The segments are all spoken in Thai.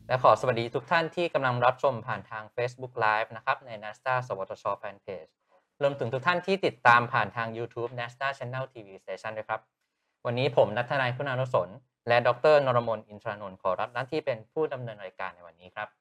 และขอสวัสดีทุกท่านที่กำลังรับชมผ่านทาง Facebook Live นะครับใน NASDAQ สวทช Fanpage รวมถึงทุกท่านที่ติดตามผ่านทาง YouTube NASDAQ Channel TV Station ด้วยครับวันนี้ผมณัฐนัย คุณานุสนท์และดรนรมนอินทรานนท์ขอรับหน้าที่เป็นผู้ดำเนินรายการในวันนี้ครับ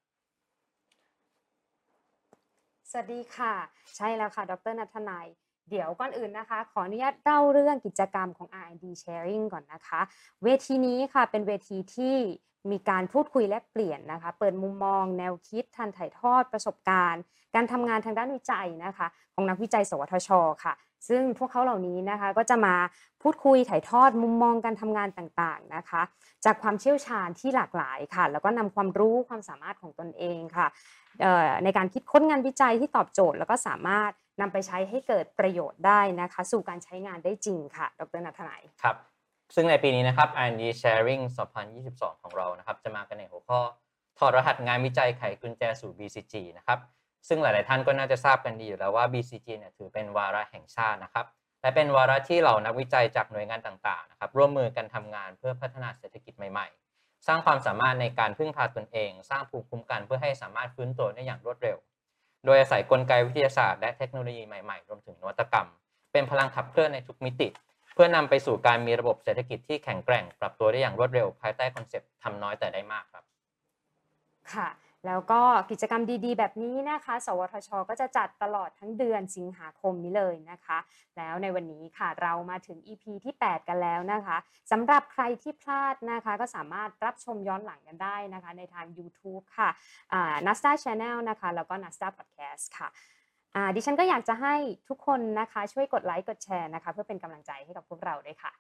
สวัสดีค่ะใช่แล้วค่ะดรณัฐนัยเดี๋ยวก่อนอื่นนะคะขออนุญาตเล่าเรื่องกิจกรรมของ R&D Sharing ก่อนนะคะเวทีนี้ค่ะเป็นเวทีที่มีการพูดคุยแลกเปลี่ยนนะคะเปิดมุมมองแนวคิดทันถ่ายทอดประสบการณ์การทำงานทางด้านวิจัยนะคะของนักวิจัยสวทชค่ะซึ่งพวกเขาเหล่านี้นะคะก็จะมาพูดคุยถ่ายทอดมุมมองการทำงานต่างๆนะคะจากความเชี่ยวชาญที่หลากหลายค่ะแล้วก็นำความรู้ความสามารถของตนเองค่ะในการคิดค้นงานวิจัยที่ตอบโจทย์แล้วก็สามารถนำไปใช้ให้เกิดประโยชน์ได้นะคะสู่การใช้งานได้จริงค่ะดรณัฐนัยครับซึ่งในปีนี้นะครับ R&D Sharing 2022 ของเรานะครับจะมากันในหัวข้อถอดรหัสงานวิจัยไขกุญแจสู่ BCG นะครับซึ่งหลายๆท่านก็น่าจะทราบกันดีอยู่แล้วว่า BCG เนี่ยถือเป็นวาระแห่งชาตินะครับและเป็นวาระที่เหล่านักวิจัยจากหน่วยงานต่างๆนะครับร่วมมือกันทำงานเพื่อพัฒนาเศรษฐกิจใหม่ๆสร้างความสามารถในการพึ่งพาตนเองสร้างภูมิคุ้มกันเพื่อให้สามารถฟื้นตัวได้อย่างรวดเร็วโดยอาศัยกลไกวิทยาศาสตร์และเทคโนโลยีใหม่ๆรวมถึงนวัตกรรมเป็นพลังขับเคลื่อนในทุกมิติเพื่อนำไปสู่การมีระบบเศรษฐกิจที่แข็งแกร่งปรับตัวได้อย่างรวดเร็วภายใต้คอนเซปต์ทำน้อยแต่ได้มากครับค่ะแล้วก็กิจกรรมดีๆแบบนี้นะคะสวทชก็จะจัดตลอดทั้งเดือนสิงหาคมนี้เลยนะคะแล้วในวันนี้ค่ะเรามาถึง EP ที่8กันแล้วนะคะสำหรับใครที่พลาดนะคะก็สามารถรับชมย้อนหลังกันได้นะคะในทาง YouTube ค่ะNASDAQ Channel นะคะแล้วก็ NASDAQ Podcast ค่ะดิฉันก็อยากจะให้ทุกคนนะคะช่วยกดไลค์กดแชร์นะคะเพื่อเป็นกำลังใจให้กับพวกเราด้วยค่ะ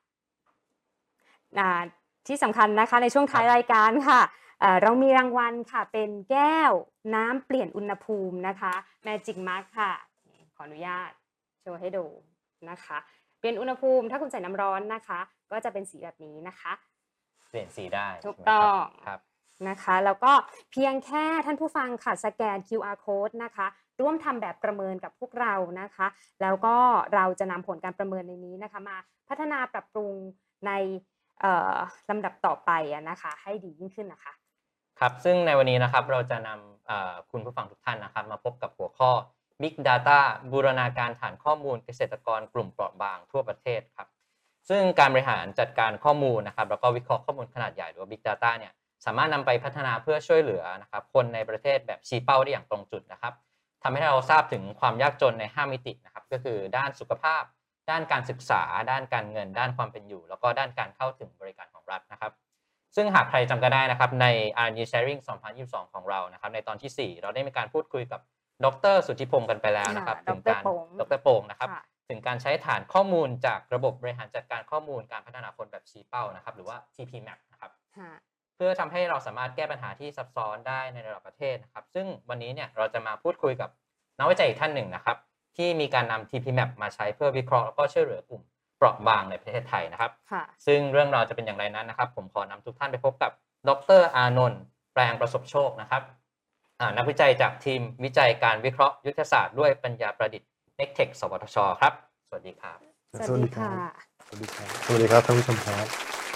ที่สำคัญนะคะในช่วงท้ายรายการค่ะเรามีรางวัลค่ะเป็นแก้วน้ำเปลี่ยนอุณหภูมินะคะ Magic Mug ค่ะขออนุญาตโชว์ให้ดูนะคะเปลี่ยนอุณหภูมิถ้าคุณใส่น้ำร้อนนะคะก็จะเป็นสีแบบนี้นะคะเปลี่ยนสีได้ถูกต้องครับนะคะแล้วก็เพียงแค่ท่านผู้ฟังค่ะสแกน QR code นะคะร่วมทำแบบประเมินกับพวกเรานะคะแล้วก็เราจะนำผลการประเมินในนี้นะคะมาพัฒนาปรับปรุงในลำดับต่อไปนะคะให้ดียิ่งขึ้นนะคะครับซึ่งในวันนี้นะครับเราจะนำคุณผู้ฟังทุกท่านนะครับมาพบกับหัวข้อ Big Data บูรณาการฐานข้อมูลเกษตรกรกลุ่มเปราะบางทั่วประเทศครับซึ่งการบริหารจัดการข้อมูลนะครับแล้วก็วิเคราะห์ข้อมูลขนาดใหญ่หรือว่า Big Data เนี่ยสามารถนำไปพัฒนาเพื่อช่วยเหลือนะครับคนในประเทศแบบชี้เป้าได้อย่างตรงจุดนะครับทำให้เราทราบถึงความยากจนใน5มิตินะครับก็คือด้านสุขภาพด้านการศึกษาด้านการเงินด้านความเป็นอยู่แล้วก็ด้านการเข้าถึงบริการของรัฐนะครับ ซึ่งหากใครจำกันได้นะครับใน R&D Sharing 2022 ของเรานะครับในตอนที่ 4 เราได้มีการพูดคุยกับดรสุทธิพงศ์กันไปแล้วนะครับถึงการดรโปงนะครับถึงการใช้ฐานข้อมูลจากระบบบริหารจัดการข้อมูลการพัฒนาคนแบบชี้เป้านะครับหรือว่า TPMAP นะครับเพื่อทำให้เราสามารถแก้ปัญหาที่ซับซ้อนได้ในระดับประเทศนะครับซึ่งวันนี้เนี่ยเราจะมาพูดคุยกับนักวิจัยอีกท่านหนึ่งนะครับที่มีการนำ TPMAP มาใช้เพื่อวิเคราะห์แล้วก็ช่วยเหลือกลุ่มเปราะบางในประเทศไทยนะครับซึ่งเรื่องราวจะเป็นอย่างไรนั้นนะครับผมขอนำทุกท่านไปพบกับดรอานนท์แปลงประสบโชคนะครับนักวิจัยจากทีมวิจัยการวิเคราะห์ยุทธศาสตร์ด้วยปัญญาประดิษฐ์ NECTEC สวทชครับสวัสดีครับสวัสดีค่ะสวัสดีครับสวัสดีครับท่านผู้ชมครับ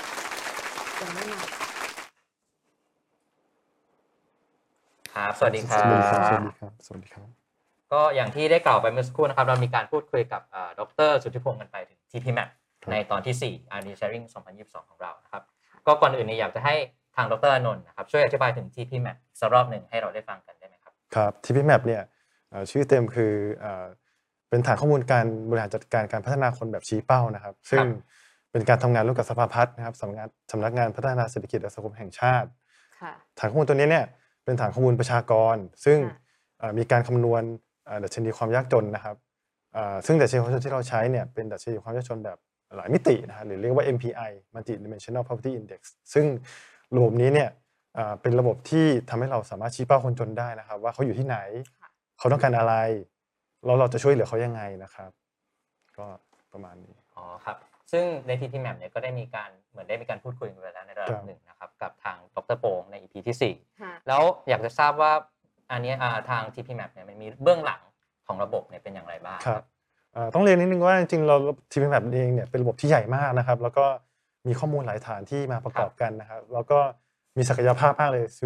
ครับสวัสดีครับสวัสดีครับสวัสดีครับสวัสดีครับก็อย่างที่ได้กล่าวไปเมื่อสักครู่นะครับเรามีการพูดคุยกับดรสุทธิพงศ์กันไปถึง TPMAP ในตอนที่ 4 R&D Sharing 2022 ของเรานะครับก็ก่อนอื่นเนี่ยอยากจะให้ทางดรอานนท์นะครับช่วยอธิบายถึง TPMAP สักรอบหนึ่งให้เราได้ฟังกันได้ไหมครับครับ TPMAP เนี่ยชื่อเต็มคือเป็นฐานข้อมูลการบริหารจัดการการพัฒนาคนแบบชี้เป้านะครับซึ่งเป็นการทำงานร่วมกับสภาพัฒน์นะครับสำนักงานพัฒนาเศรษฐกิจและสังคมแห่งชาติฐานข้อมูลตัวนี้เนี่ยเป็นฐานข้อมูลประชากรซึ่งมีการคำนวณดัชนีความยากจนนะครับซึ่งดัชนีความยากจนที่เราใช้เนี่ยเป็นดัชนีความยากจนแบบหลายมิตินะฮะหรือเรียกว่า MPI Multi Dimensional Poverty Index ซึ่งระบบนี้เนี่ยเป็นระบบที่ทำให้เราสามารถชี้เป้าคนจนได้นะครับว่าเขาอยู่ที่ไหนเขาต้องการอะไรแล้วเราจะช่วยเหลือเขายังไงนะครับก็ประมาณนี้อ๋อครับซึ่งใน TPMAP เนี่ยก็ได้มีการเหมือนได้มีการพูดคุยกันไปแล้วในระดับหนึ่งนะครับกับทางดรโปงใน EP ที่ 4แล้วอยากจะทราบว่าอันนี้ทาง TPMAP เนี่ยมันมีเบื้องหลังของระบบเนี่ยเป็นอย่างไรบ้างครับต้องเรียนนิดนึงว่าจริงๆเรา TPMAP เองเนี่ยเป็นระบบที่ใหญ่มากนะครับแล้วก็มีข้อมูลหลายฐานที่มาประกอบกันนะครับแล้วก็มีศักยภาพมากเลยคือ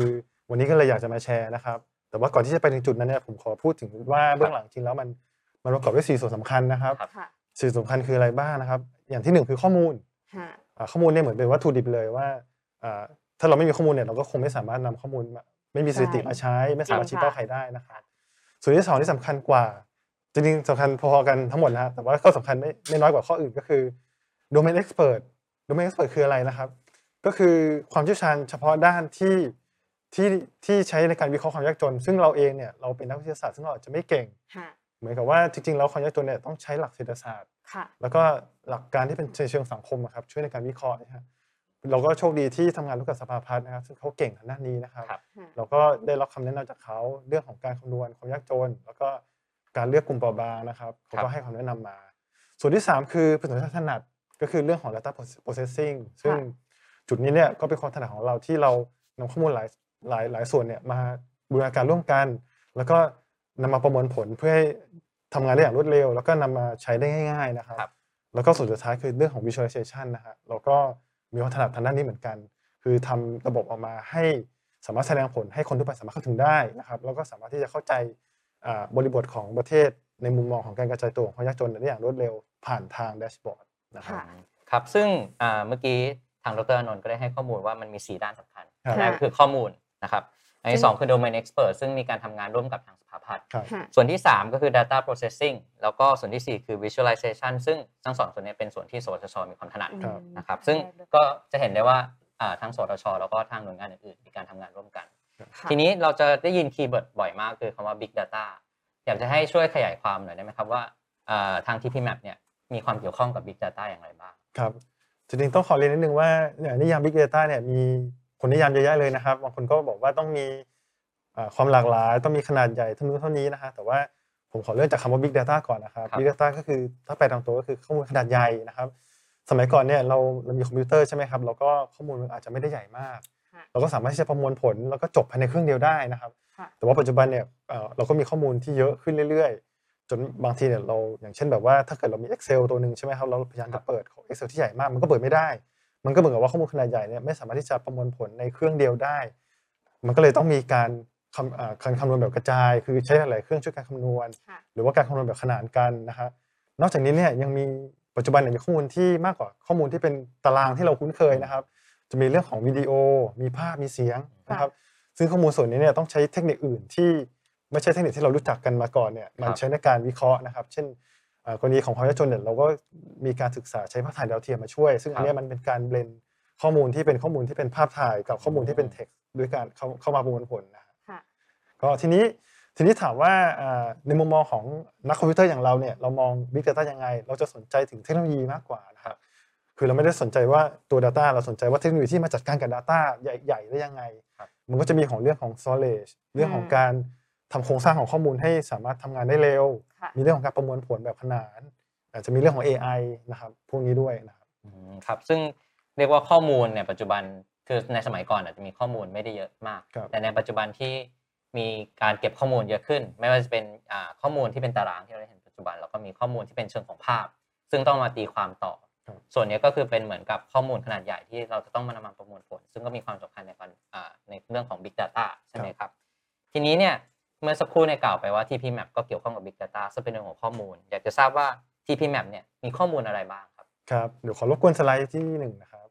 วันนี้ก็เลยอยากจะมาแชร์นะครับแต่ว่าก่อนที่จะไปถึงจุดนั้นเนี่ยผมขอพูดถึงว่าเบื้องหลังจริงแล้วมันประกอบด้วย4ส่วนสำคัญนะครับครับค่ะ 4สำคัญคืออะไรบ้างนะครับอย่างที่1คือข้อมูลค่ะข้อมูลเนี่ยเหมือนเป็นวัตถุดิบเลยว่าถ้าเราไม่มีข้อมูลเนี่ยเราก็คงไม่สามารถนำข้อมูลไม่มีสถิติมาใช้ไม่สามารถชี้เป้าใครได้นะครับส่วนที่2ที่สำคัญกว่าจริงๆสำคัญพอๆกันทั้งหมดนะแต่ว่าก็สำคัญไม่น้อยกว่าข้ออื่นก็คือ domain expert domain expert คืออะไรนะครับก็คือความเชี่ยวชาญเฉพาะด้านที่ใช้ในการวิเคราะห์ความยากจนซึ่งเราเองเนี่ยเราเป็นนักวิทยาศาสตร์ซึ่งเราอาจจะไม่เก่งค่ะเหมือนกับว่าจริงๆแล้วความยากจนเนี่ยต้องใช้หลักเศรษฐศาสตร์ค่ะแล้วก็หลักการที่เป็นเชิงสังคมครับช่วยในการวิเคราะห์นะครับเราก็โชคดีที่ทำงานร่วมกับสภาพัฒน์นะครับซึ่งเขาเก่งทางด้านนี้นะครับครับเราก็ได้รับคำแนะนำจากเขาเรื่องของการคำนวณความยากจน แล้วก็การเลือกกลุ่มเปราะบางนะครับเขาก็ให้คำแนะนำมา ส่วนที่3คือเป็นส่วนที่ถนัดก็คือเรื่องของ data processing ซึ่งจุดนี้เนี่ยก็เป็นความถนัดของเราที่เรานำข้อมูลหลายส่วนเนี่ยมาบูรณาการร่วมกัน แล้วก็นำมาประมวลผลเพื่อให้ทำงานได้อย่างรวดเร็ว แล้วก็นำมาใช้ได้ง่ายๆนะครับ แล้วก็ส่วนสุดท้ายคือเรื่องของ visualization นะฮะเราก็มีความถนัดทางด้านนี้เหมือนกัน คือทำระบบออกมาให้สามารถแสดงผลให้คนทั่วไปสามารถเข้าถึงได้นะครับแล้วก็สามารถที่จะเข้าใจบริบทของประเทศในมุมมองของการกระจายตัวของความยากจนได้อย่างรวดเร็วผ่านทางแดชบอร์ดนะครับครับซึ่งเมื่อกี้ทางดรอานนท์ก็ได้ให้ข้อมูลว่ามันมี4ด้านสำคัญครับแรกคือข้อมูลนะครับอันที่2คือ domain expert ซึ่งมีการทำงานร่วมกับทางสภาพัฒน์ครับส่วนที่3ก็คือ data processing แล้วก็ส่วนที่4คือ visualization ซึ่งทั้ง2ส่วนนี้เป็นส่วนที่สวทช.มีความถนัดครับนะครับซึ่งก็จะเห็นได้ว่าทั้งสวทช.แล้วก็ทางหน่วยงานอื่นๆมีการทำงานร่วมกันค่ะทีนี้เราจะได้ยินคีย์เวิร์ดบ่อยมากคือคำว่า big data อยากจะให้ช่วยขยายความหน่อยได้ไหมครับว่าทาง TPMAP เนี่ยมีความเกี่ยวข้องกับ big data อย่างไรบ้างครับจริงๆต้องขอเรียนนิดนึงว่านิยาม Big Data เนี่ยมีคนนิยามเยอะแยะเลยนะครับบางคนก็บอกว่าต้องมีความหลากหลายต้องมีขนาดใหญ่เท่านู้นเท่านี้นะฮะแต่ว่าผมขอเริ่มจากคำว่า Big Data ก่อนนะครับครับ Big Data ก็คือถ้าไปตามตัวก็คือข้อมูลขนาดใหญ่นะครับสมัยก่อนเนี่ยเรามีคอมพิวเตอร์ใช่ไหมครับแล้วก็ข้อมูลมันอาจจะไม่ได้ใหญ่มากค่ะเราก็สามารถที่จะประมวลผลแล้วก็จบภายในเครื่องเดียวได้นะครับค่ะแต่ว่าปัจจุบันเนี่ยเราก็มีข้อมูลที่เยอะขึ้นเรื่อยๆ จนบางทีเนี่ยเราอย่างเช่นแบบว่าถ้าเกิดเรามี Excel ตัวหนึ่งใช่ไหมครับเราพยายามจะเปิดของ Excel ที่ใหญ่มากมันก็เปิดไม่ได้ มันก็เหมือนกับว่าข้อมูลขนาดใหญ่เนี่ยไม่สามารถที่จะประมวลผลในเครื่องเดียวได้ มันก็เลยต้องมีการคำนวณแบบกระจาย คือใช้หลายๆเครื่องช่วยการคำนวณค่ะหรือว่าการคำนวณแบบขนานกันนะครับนอกจากนี้เนี่ยยังมีปัจจุบันเนี่ยมีข้อมูลที่มากกว่าข้อมูลที่เป็นตารางที่เราคุ้นเคยนะครับ จะมีเรื่องของวิดีโอ มีภาพ มีเสียงนะครับ ซึ่งข้อมูลส่วนนี้เนี่ยต้องใช้เทคนิคอื่นที่ไม่ใช่เทคนิคที่เรารู้จักกันมาก่อนเนี่ยมันใช้ในการวิเคราะห์นะครับ เช่นกรณีของความยากจนเนี่ยเราก็มีการศึกษาใช้ภาพถ่ายดาวเทียมมาช่วย ซึ่งอันเนี้ยมันเป็นการเบลนข้อมูลที่เป็นข้อมูลที่เป็นภาพถ่ายกับข้อมูลที่เป็นเท็กซ์ด้วยการเข้ามาประมวลผลนะครับค่ะก็ทีนี้ถามว่าในมุมมองของนักคอมพิวเตอร์อย่างเราเนี่ยเรามอง Big Data ยังไง เราจะสนใจถึงเทคโนโลยีมากกว่านะครับคือเราไม่ได้สนใจว่าตัว Data เราสนใจว่าเทคโนโลยีที่มาจัดการกับ Data ใหญ่ได้ยังไง มันก็จะมีของเรื่องของ storage เรื่องของการทำโครงสร้างของข้อมูลให้สามารถทำงานได้เร็วค่ะมีเรื่องของการประมวลผลแบบขนานอาจจะมีเรื่องของ AI นะครับพวกนี้ด้วยนะครับครับซึ่งเรียกว่าข้อมูลเนี่ยปัจจุบันคือในสมัยก่อนอาจจะมีข้อมูลไม่ได้เยอะมากครับแต่ในปัจจุบันที่มีการเก็บข้อมูลเยอะขึ้น ไม่ว่าจะเป็นข้อมูลที่เป็นตารางที่เราเห็นปัจจุบันแล้วก็มีข้อมูลที่เป็นเชิงของภาพ ซึ่งต้องมาตีความต่อ ส่วนนี้ก็คือเป็นเหมือนกับข้อมูลขนาดใหญ่ที่เราจะต้องมานำมาประมวลผล ซึ่งก็มีความสำคัญในการในเรื่องของ Big Data ใช่ไหมครับทีนี้เนี่ยเมื่อสักครู่ในกล่าวไปว่า TPMAP ก็เกี่ยวข้องกับ Big Data ซึ่งเป็นเรื่องของข้อมูล อยากจะทราบว่า TPMAP เนี่ยมีข้อมูลอะไรบ้างครับครับเดี๋ยวขอรบกวนสไลด์ที่1นะครับ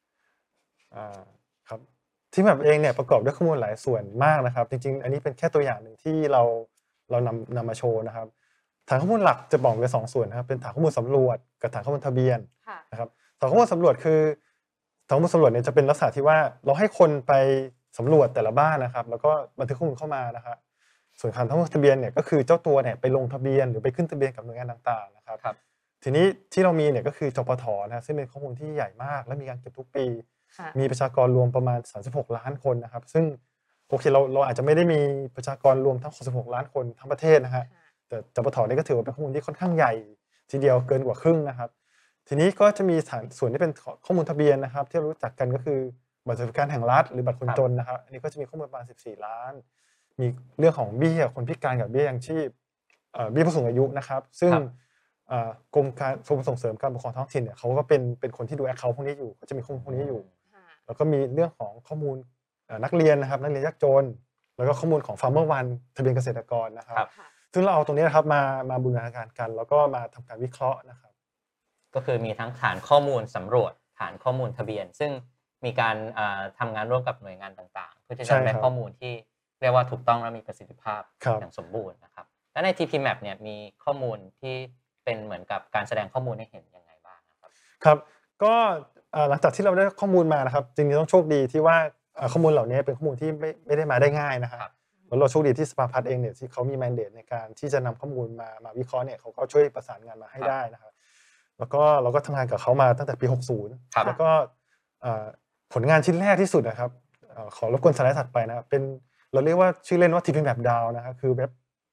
ครับที่แบบเองเนี่ยประกอบด้วยข้อมูลหลายส่วนมากนะครับ จริงๆอันนี้เป็นแค่ตัวอย่างหนึ่งที่เรานำมาโชว์นะครับฐานข้อมูลหลักจะแบ่งเป็น2ส่วนนะครับเป็นฐานข้อมูลสำรวจกับฐานข้อมูลทะเบียนค่ะนะครับฐานข้อมูลสำรวจคือฐานข้อมูลสำรวจเนี่ยจะเป็นลักษณะที่ว่าเราให้คนไปสำรวจแต่ละบ้านนะครับแล้วก็บันทึกข้อมูลเข้ามานะครับส่วนฐานข้อมูลทะเบียนเนี่ยก็คือเจ้าตัวเนี่ยไปลงทะเบียนหรือไปขึ้นทะเบียนกับหน่วยงานต่างๆนะครับครับทีนี้ที่เรามีเนี่ยก็คือจปทนะซึ่งเป็นข้อมูลที่ใหญ่มากและมีการเก็บทุกปีค่ะมีประชากรรวมประมาณ36ล้านคนนะครับซึ่งโอเคเราอาจจะไม่ได้มีประชากรรวมทั้ง66ล้านคนทั้งประเทศนะฮะแต่จปทนี่ก็ถือว่าเป็นข้อมูลที่ค่อนข้างใหญ่ทีเดียวเกินกว่าครึ่งนะครับทีนี้ก็จะมีฐานส่วนที่เป็นข้อมูลทะเบียนนะครับที่เรารู้จักกันก็คือบัตรสวัสดิการแห่งรัฐหรือบัตรคนจนนะครับอันนี้ก็จะมีข้อมูลประมาณ14ล้านมีเรื่องของเบี้ยคนพิการกับเบี้ยยังชีพเบี้ยผู้สูงอายุนะครับซึ่งกรมการส่งเสริมการปกครองท้องถิ่นเนี่ยเขาก็เป็นคนที่ดูแอคเคาท์พวกนี้อยู่ก็จะมีข้อมูลพวกนี้อยู่ค่ะแล้วก็มีเรื่องของข้อมูลนักเรียนนะครับนักเรียนยากจนแล้วก็ข้อมูลของ Farmer One ทะเบียนเกษตรกรนะครับครับค่ะซึ่งเราเอาตรงนี้นะครับมาบูรณาการกันแล้วก็มาทำการวิเคราะห์นะครับก็คือมีทั้งฐานข้อมูลสำรวจฐานข้อมูลทะเบียน ซึ่งมีการทำงานร่วมกับหน่วยงานต่างๆ เพื่อที่ใช่จะได้ครับข้อมูลที่เรียกว่าถูกต้องและมีประสิทธิภาพครับอย่างสมบูรณ์นะครับและใน TP Map เนี่ยมีข้อมูลที่เป็นเหมือนกับการแสดงข้อมูลให้เห็นยังไงบ้างนะครับครับก็หลังจากที่เราได้ข้อมูลมานะครับจริงๆต้องโชคดีที่ว่าข้อมูลเหล่านี้เป็นข้อมูลที่ไม่ได้มาได้ง่ายนะครับครับแล้วเราโชคดีที่สภาพัฒน์เองเนี่ยที่เขามี mandate ในการที่จะนำข้อมูลมาวิเคราะห์เนี่ยเขาก็ช่วยประสานงานมาให้ได้นะครับแล้วก็เราก็ทำงานกับเขามาตั้งแต่ปี 60 ครับแล้วก็ผลงานชิ้นแรกที่สุดนะครับขอรบกวนสไลด์ถัดไปนะครับเป็นเราเรียกว่าชื่อเล่นว่า TP Map DAO นะครับคือเว็บ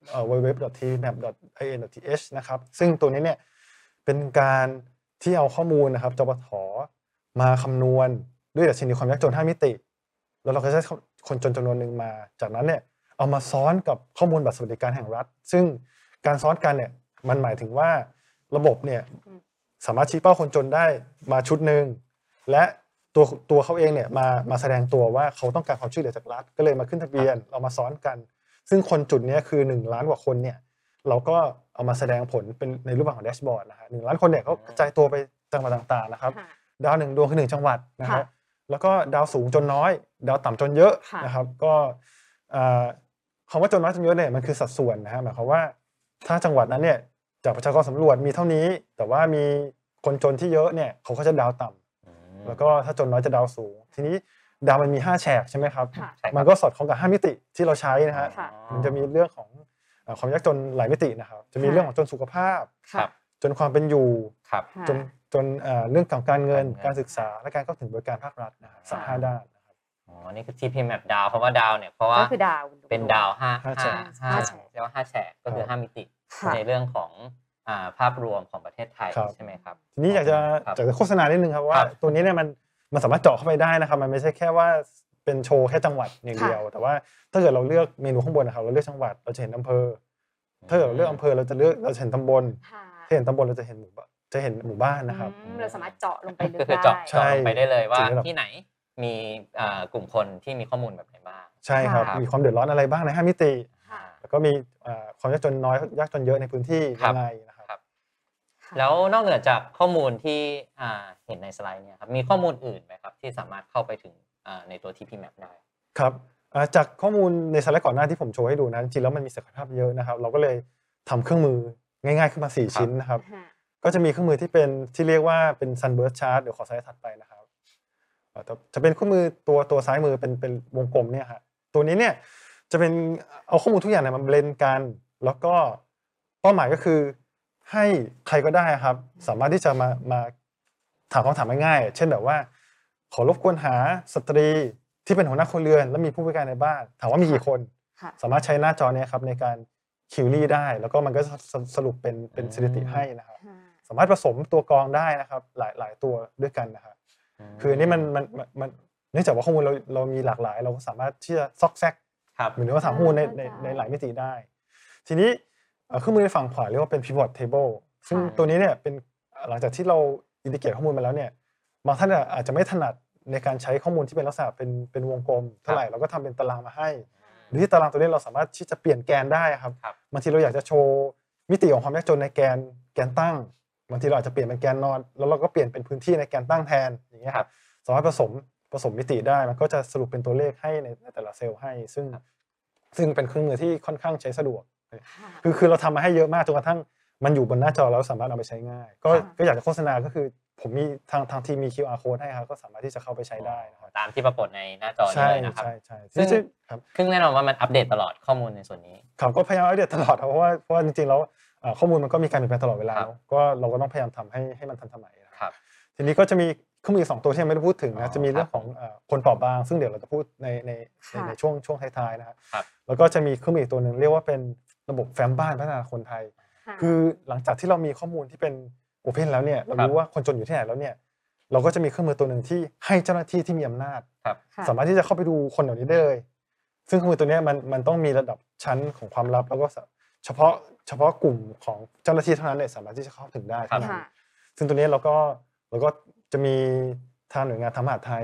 www.tpmap.in.th นะครับซึ่งตัวนี้เนี่ยเป็นการที่เอาข้อมูลนะครับจปท.มาคำนวณด้วยดัชนีความยากจน 5 มิติ แล้วเราก็จะได้คนจนจำนวนหนึ่งมาจากนั้นเนี่ยเอามาซ้อนกับข้อมูลบัตรสวัสดิการแห่งรัฐซึ่งการซ้อนกันเนี่ยมันหมายถึงว่าระบบเนี่ยสามารถชี้เป้าคนจนได้มาชุดหนึ่งและตัวเขาเองเนี่ยมาแสดงตัวว่าเขาต้องการความช่วยเหลือจากรัฐก็เลยมาขึ้นทะเบียนเรามาซ้อนกัน ซึ่งคนจุดนี้คือ1 ล้านกว่าคนเนี่ยเราก็เอามาแสดงผลเป็นในรูปแบบของแดชบอร์ดนะฮะ1 ล้านคนเนี่ยเขากระจายตัวไปจังหวัดต่างๆนะครับค่ะดาว1 ดวงคือ1 จังหวัดนะฮะค่ะแล้วก็ดาวสูงจนน้อย ดาวต่ำจนเยอะค่ะนะครับก็คำว่าจนน้อยจนเยอะเนี่ยมันคือสัดส่วนนะฮะหมายความว่าถ้าจังหวัดนั้นเนี่ยจากประชากรสำรวจมีเท่านี้ แต่ว่ามีคนจนที่เยอะเนี่ยเขาก็จะดาวต่ำแล้วก็ถ้าจนน้อยจะดาวสูง ทีนี้ดาวมันมี5 แฉกใช่ไหมครับค่ะใช่ครับมันก็สอดคล้องกับ5 มิติที่เราใช้นะฮะค่ะมันจะมีเรื่องของความยากจนหลายมิตินะครับ จะมีเรื่องของจนสุขภาพครับจนความเป็นอยู่ครับค่ะจนเรื่องของการเงินการเงินการศึกษาและการเข้าถึงบริการภาครัฐนะครับสัก5 ด้านนะครับอ๋อนี่คือ TP Map ดาวเพราะว่าดาวเนี่ยเพราะว่าก็คือดาวเป็นดาวห้าห้าแฉกเรียกว่า5 แฉกก็คือครับ 5 มิติค่ะในเรื่องของภาพรวมของประเทศไทยครับใช่ไหมครับทีนี้อยากจะครับโฆษณานิดนึงครับว่าครับตัวนี้เนี่ยมันสามารถเจาะเข้าไปได้นะครับมันไม่ใช่แค่ว่าเป็นโชว์แค่จังหวัดอย่างเดียว แต่ว่าถ้าเกิดเราเลือกเมนูข้างบนนะครับเราเลือกจังหวัดเราจะเห็นอำเภอถ้าเกิดเราเลือกอำเภอเราจะเห็นตำบลค่ะถ้าเห็นตำบลเราจะเห็นหมู่บ้านนะครับเราสามารถเจาะลงไปลึกก็คือได้เจาะใช่ลงไปได้เลยว่าจุดระดับที่ไหนมีกลุ่มคนที่มีข้อมูลแบบไหนบ้างใช่ครับครับมีความเดือดร้อนอะไรบ้างใน5 มิติค่ะแล้วก็มีความยากจนน้อยยากจนเยอะในพื้นที่ครับยังไงนะครับครับ แล้วนอกเหนือจากข้อมูลที่เห็นในสไลด์เนี่ยครับมีข้อมูลอื่นไหมครับที่สามารถเข้าไปถึงในตัว TP Map ได้ครับจากข้อมูลในสไลด์ก่อนหน้าที่ผมโชว์ให้ดูนะจริงๆแล้วมันมีศักยภาพเยอะนะครับ เราก็เลยทำเครื่องมือง่ายๆขึ้นมา4 ชิ้นนะครับค่ะก็จะมีเครื่องมือที่เรียกว่าเป็น Sunburst Chart เดี๋ยวขอสไลด์ถัดไปนะครับจะเป็นเครื่องมือตัวซ้ายมือเป็นวงกลมเนี่ยฮะตัวนี้เนี่ยจะเป็นเอาข้อมูลทุกอย่างเนี่ยมาเบลนด์กัน แล้วก็เป้าหมายก็คือให้ใครก็ได้ครับสามารถที่จะมาถามคำถามง่ายๆเช่นแบบว่า ขอรบกวนหาสตรีที่เป็นหัวหน้าครัวเรือนและมีผู้พิการในบ้านถามว่ามีกี่คนค่ะสามารถใช้หน้าจอเนี้ครับในการคิวรี่ได้ แล้วก็มันก็สรุปเป็นสถิติให้นะครับ สามารถผสมตัวกรองได้นะครับหลายตัวด้วยกันนะครับคืออันนี้มันเนื่องจากว่าข้อมูลเรามีหลากหลาย เราก็สามารถที่จะซอกแซกครับหรือว่าถามข้อมูลในหลายมิติได้ ทีนี้เครื่องมือในฝั่งขวาเรียกว่าเป็น pivot table ซึ่งค่ะตัวนี้เนี่ยเป็นหลังจากที่เราอินดิเกตข้อมูลมาแล้วเนี่ยบางท่านอาจจะไม่ถนัดในการใช้ข้อมูลที่เป็นลักษณะเป็นวงกลมเท่าไหร่เราก็ทำเป็นตารางมาให้ หรือที่ตารางตัวนี้เราสามารถที่จะเปลี่ยนแกนได้ครับครับบางทีเราอยากจะโชว์มิติของความยากจนในแกนตั้งบางทีเราอาจจะเปลี่ยนเป็นแกนนอนแล้วเราก็เปลี่ยนเป็นพื้นที่ในแกนตั้งแทนอย่างเงี้ยครับสามารถผสมมิติได้มันก็จะสรุปเป็นตัวเลขให้ในแต่ละเซลล์ให้ ซึ่งเป็นเครื่องมือที่ค่อนข้างใช้สะดวกค่ะคือเราทำมาให้เยอะมากจนกระทั่งมันอยู่บนหน้าจอแล้วสามารถเอาไปใช้ง่าย ก็อยากจะโฆษณาก็คือผมมีทางทีมมี QR code ให้ครับก็สามารถที่จะเข้าไปใช้ได้นะครับตามที่ปรากฏในหน้าจอนี้ใช่เลยนะครับใช่ซึ่งครับซึ่งแน่นอนว่ามันอัปเดตตลอดข้อมูลในส่วนนี้ครับก็พยายามอัปเดตตลอดครับเพราะว่าจริงๆแล้วข้อมูลมันก็มีการเปลี่ยนแปลงตลอดเวลาครับเนอะก็เราก็ต้องพยายามทำให้มันทันสมัยนะครับครับทีนี้ก็จะมีเครื่องมือ2 ตัวที่ยังไม่ได้พูดถึงอ๋นะอจะมีเรื่องของคนเปราะบางซึ่งเดี๋ยวเราจะพูดในช่วงท้ายๆนะครับครับแล้วก็จะมีเครื่องมืออีกตัวหนึ่งเรียกว่าเป็นระบบแฟ้มบ้านพัฒนาคนไทยค่ะคือหลังจากที่เรามีข้อมูลที่เป็นโอเพนแล้วเนี่ยเรารู้ว่าคนจนอยู่ที่ไหนแล้วเนี่ยเราก็จะมีเครื่องมือตัวหนึ่งที่ให้เจ้าหน้าที่ที่มีอำนาจครับค่ะสามารถที่จะเข้าไปดูคนเหล่านี้ได้เลย ซึ่งเครื่องมือตัวเนี้ยมันต้องมีระดับชั้นของความลับ แล้วก็เฉพาะกลุ่มของเจ้าหน้าที่เท่านั้นเนี่ยสามารถที่จะเข้าถึงได้ครับเท่านั้นค่ะซึ่งตัวนี้เราก็จะมีทางหน่วยงานทางมหาดไทย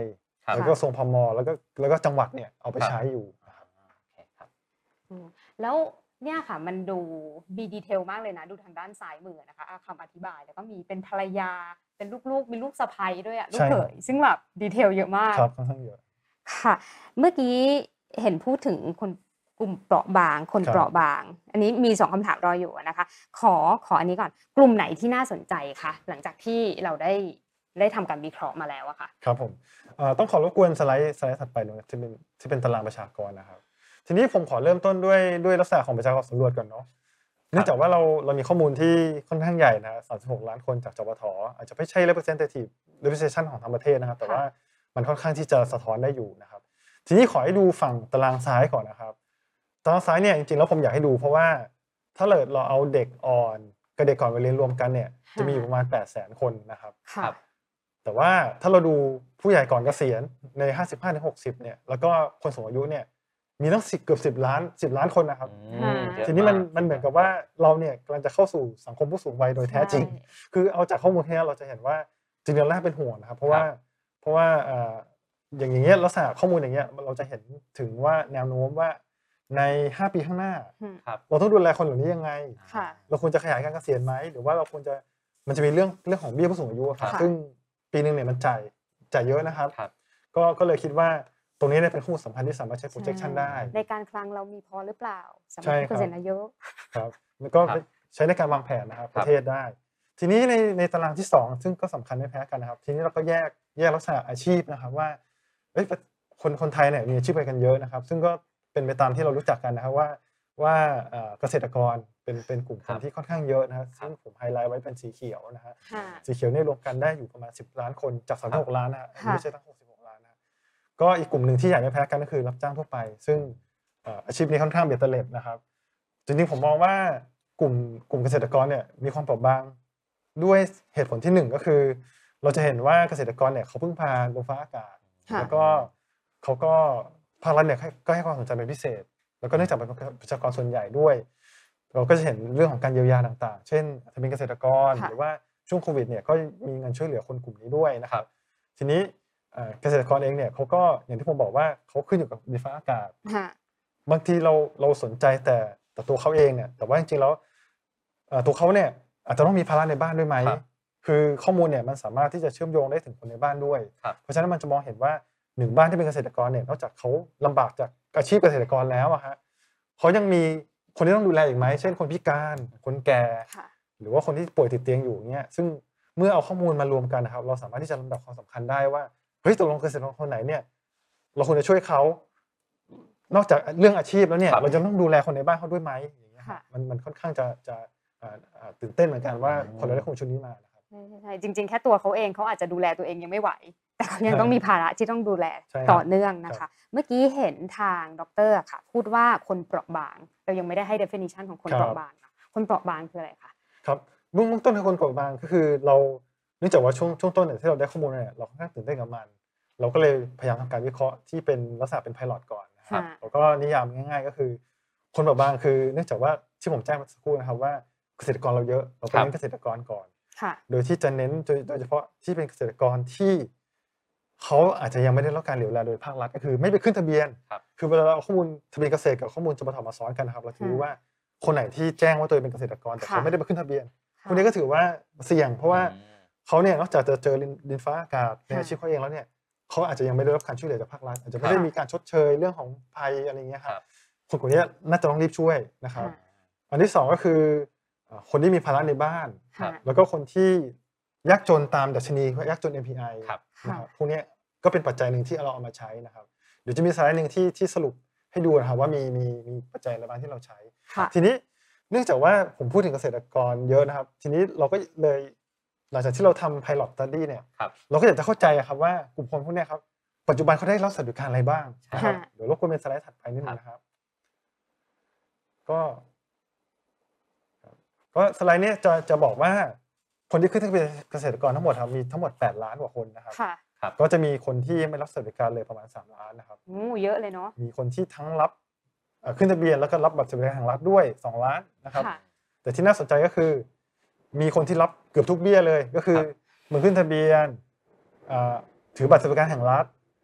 ครับแล้วก็กระทรวงพมแล้วก็จังหวัดเนี่ยเอาไปครับใช้อยู่นะครับโอเคครับอืมแล้วเนี่ยค่ะมันดูมีดีเทลมากเลยนะดูทางด้านซ้ายมือนะคะคำอธิบายแล้วก็มีเป็นภรรยาเป็นลูกๆมีลูกสะใภ้ด้วยอะลูกใช่เขครับยซึ่งแบบดีเทลเยอะมากครับค่อนข้างเยอะค่ะ เมื่อกี้เห็นพูดถึงคนกลุ่มเปราะบาง คนครับเปราะบาง อันนี้มี2คำถามรออยู่อะนะคะ ขออันนี้ก่อน กลุ่มไหนที่น่าสนใจคะหลังจากที่เราได้ทำการวิเคราะห์มาแล้วอะค่ะครับผมต้องขอรบกวนสไลด์ถัดไปเลยที่เป็นตารางประชากรนะครับ ทีนี้ผมขอเริ่มต้นด้วยลักษณะของประชากรสำรวจก่อนเนาะเนื่องจากว่าเรามีข้อมูลที่ค่อนข้างใหญ่นะ36 ล้านคนจากจปทอาจจะไม่ใช่ representation ของทั้งประเทศนะครับ แต่ว่ามันค่อนข้างที่จะสะท้อนได้อยู่นะครับ ทีนี้ขอให้ดูฝั่งตารางซ้ายก่อนนะครับตารางซ้ายเนี่ยจริงๆแล้วผมอยากให้ดูเพราะว่าถ้าเราเอาเด็กอ่อนกับเด็กก่อนวัยเรียนรวมกันเนี่ยจะมีอยู่ประมาณ 800,000 คนนะครับค่ะครับแต่ว่าถ้าเราดูผู้ใหญ่ก่อนเกษียณใน 55-60 เนี่ยแล้วก็คนสูงอายุเนี่ยมีตั้งเกือบ10 ล้านคนนะครับอ่าเยอะทีนี้ากมันเหมือนกับว่าเราเนี่ยกำลังจะเข้าสู่สังคมผู้สูงวัยโดยแท้จริงใช่คือเอาจากข้อมูลแค่นี้เราจะเห็นว่าจริงๆแล้วน่าเป็นห่วงนะครับ เพราะว่าอย่างเงี้ยลักษณะข้อมูลอย่างเงี้ยเราจะเห็นถึงว่าแนวโน้มว่าใน 5 ปีข้างหน้าอืมครับเราต้องดูแลคนเหล่านี้ยังไงค่ะเราควรจะขยายการเกษียณไหมหรือว่าเราควรจะมันจะมีเรื่องของเบี้ยผู้สูงอายุอะครับค่ะซึ่งปีนึงเนี่ยมันจ่ายเยอะนะครับครับก็เลยคิดว่าตรงนี้เนี่ยเป็นข้อมูลสำคัญที่สามารถใช้ projection ได้ในการคลังเรามีพอหรือเปล่าสำหใช่รับครับผู้เกษียณอายุครับแล้วก็ครับใช้ในการวางแผนนะครับคปรับระเทศได้ ทีนี้ในตารางที่ 2 ซึ่งก็สำคัญไม่แพ้กันนะครับ ทีนี้เราก็แยกลักษณะอาชีพนะครับว่าคนไทยเนี่ยมีอาชีพอะไรกันเยอะนะครับ ซึ่งก็เป็นไปตามที่เรารู้จักกันนะครับว่าเกษตรกรเป็นกลุ่มคนที่ค่อนข้างเยอะนะครับซึ่งผมไฮไลท์ไว้เป็นสีเขียวนะฮะค่ะสีเขียวเนี่ยรวมกันได้อยู่ประมาณ10 ล้านคนจาก36 ล้านนะฮะค่ะไม่ใช่ทั้ง66 ล้านนะก็อีกกลุ่มหนึ่งที่ใหญ่ไม่แพ้กันก็คือรับจ้างทั่วไป ซึ่งอาชีพนี้ค่อนข้างเบียดเตล็ดนะครับจริงๆผมมองว่ากลุ่มเกษตรกรเนี่ยมีความเปราะบางด้วยเหตุผลที่ 1 ก็คือ เราจะเห็นว่าเกษตรกรเนี่ยเขาพึ่งพาลมฟ้าอากาศค่ะแล้วก็เขาก็ภาครัฐเนี่ยก็ให้ความสนใจเป็นพิเศษ แล้วก็เนื่องจากเป็นประชากรส่วนใหญ่ด้วย เราก็จะเห็นเรื่องของการเยียวยาต่างๆ เช่นอาจจะเป็นเกษตรกรค่ะหรือว่าช่วงโควิดเนี่ยก็มีเงินช่วยเหลือคนกลุ่มนี้ด้วยนะครับ ทีนี้เกษตรกรเองเนี่ยเขาก็อย่างที่ผมบอกว่าเขาขึ้นอยู่กับดินฟ้าอากาศค่ะบางทีเราสนใจแต่ตัวเขาเองเนี่ยแต่ว่าจริงๆแล้วตัวเขาเนี่ยอาจจะต้องมีภาระในบ้านด้วยไหมครับคือข้อมูลเนี่ยมันสามารถที่จะเชื่อมโยงได้ถึงคนในบ้านด้วยครับเพราะฉะนั้นมันจะมองเห็นว่า1 บ้านที่เป็นเกษตรกรเนี่ยนอกจากเขาลำบากจากอาชีพเกษตรกรแล้วอะฮะเขายังมีคนที่ต้องดูแลอีกไหมเช่นคนพิการคนแก่ค่ะหรือว่าคนที่ป่วยติดเตียงอยู่เนี่ยซึ่งเมื่อเอาข้อมูลมารวมกันนะครับเราสามารถที่จะลำดับความสำคัญได้ว่าเฮ้ยตกลงเกษตรกรคนไหนเนี่ยเราควรจะช่วยเขานอกจากเรื่องอาชีพแล้วเนี่ยครับเราจะต้องดูแลคนในบ้านเขาด้วยไหมอย่างเงี้ยครัค่ะบมันค่อนข้างจะตื่นเต้นเหมือนกันว่าคนเราได้ข้อมูลชุดนี้มานะครับใช่จริงๆ แค่ตัวเขาเองเขาอาจจะดูแลตัวเองยังไม่ไหว แต่เขายังใช่ต้องมีภาระที่ต้องดูแลใช่ครับต่อเนื่องนะครัคะบเมื่อกี้เห็นทางดรอะค่ะ พูดว่าคนเปราะบาง เรายังไม่ได้ให้ definition ของคนเปราะบางนะคนเปราะบางคืออะไรคะครับเบื้องต้นคือคนเปราะบางก็คือเราเนื่องจากว่าช่วงต้นเนี่ยที่เราได้ข้อมูลเนี่ยเราค่อนข้างตื่นเต้นกับมัน เราก็เลยพยายามทำการวิเคราะห์ที่เป็นลักษณะเป็นไพลอตก่อนนะครับค่ะแล้วก็นิยามง่ายๆก็คือ คนเปราะบางคือเนื่องจากว่าที่ผมแจ้งเมื่อสักครู่นะครับว่าเกษตรกรเราเยอะเราก็ครับเน้นเกษตรกรก่อนค่ะโดยที่จะเน้นโดยเฉพาะที่เป็นเกษตรกรที่เขาอาจจะยังไม่ได้รับการเหลียวแลโดยภาครัฐก็คือไม่ไปขึ้นทะเบียนครับคือเวลาเราเอาข้อมูลทะเบียนเกษตรกับข้อมูลจปทมาซ้อนกันนะครับเราจะรู้ว่าคนไหนที่แจ้งว่าตัวเองเป็นเกษตรกรแต่เขาค่ะไม่ได้ไปขึ้นทะเบียนค่ะพวกนี้ก็ถือว่าเสี่ยงเพราะว่าอืมเขาเนี่ยนอกจากจะเจอดินฟ้าอากาศในค่ะอาชีพเขาเองแล้วเนี่ยเขาอาจจะยังไม่ได้รับการช่วยเหลือจากภาครัฐอาจจะไม่ได้ครับมีการชดเชยเรื่องของภัยอะไรอย่างเงี้ยคครัรับบ คนกลุ่มนี้น่าจะต้องรีบช่วยนะครับค่ะอันที่ 2 ก็คือคนที่มีภาระในบ้านครับแล้วก็คนที่ยากจนตามดัชนียากจน MPI ครับนะครับพวกเนี้ยก็เป็นปัจจัยหนึ่งที่เราเอามาใช้นะครับเดี๋ยวจะมีสไลด์หนึ่งที่สรุปให้ดูนะครับว่ามีปัจจัยอะไรบ้างที่เราใช้ค่ะทีนี้เนื่องจากว่าผมพูดถึงเกษตรกรเยอะนะครับ ทีนี้เราก็เลยหลังจากที่เราทำ pilot study เนี่ยครับเราก็อยากจะเข้าใจอะครับว่ากลุ่มคนพวกเนี้ยครับปัจจุบันเขาได้รับสวัสดิการอะไรบ้างนะครับค่ะเดี๋ยวรบกวนเป็นสไลด์ถัดไปนิดนึงนะครับก็สไลด์เนี้ยจะบอกว่าคนที่ขึ้นทะเบียนเกษตรกรทั้งหมดครับมีทั้งหมด8 ล้านกว่าคนนะครับค่ะก็จะมีคนที่ไม่รับสวัสดิการเลยประมาณ3 ล้านนะครับเยอะเลยเนาะมีคนที่ทั้งรับขึ้นทะเบียนแล้วก็รับบัตรสวัสดิการแห่งรัฐด้วย2 ล้านนะครับค่ะแต่ที่น่าสนใจก็คือ มีคนที่รับเกือบทุกเบี้ยเลยก็คือครับมึงขึ้นทะเบียนถือบัตรสวัสดิการแห่งรัฐ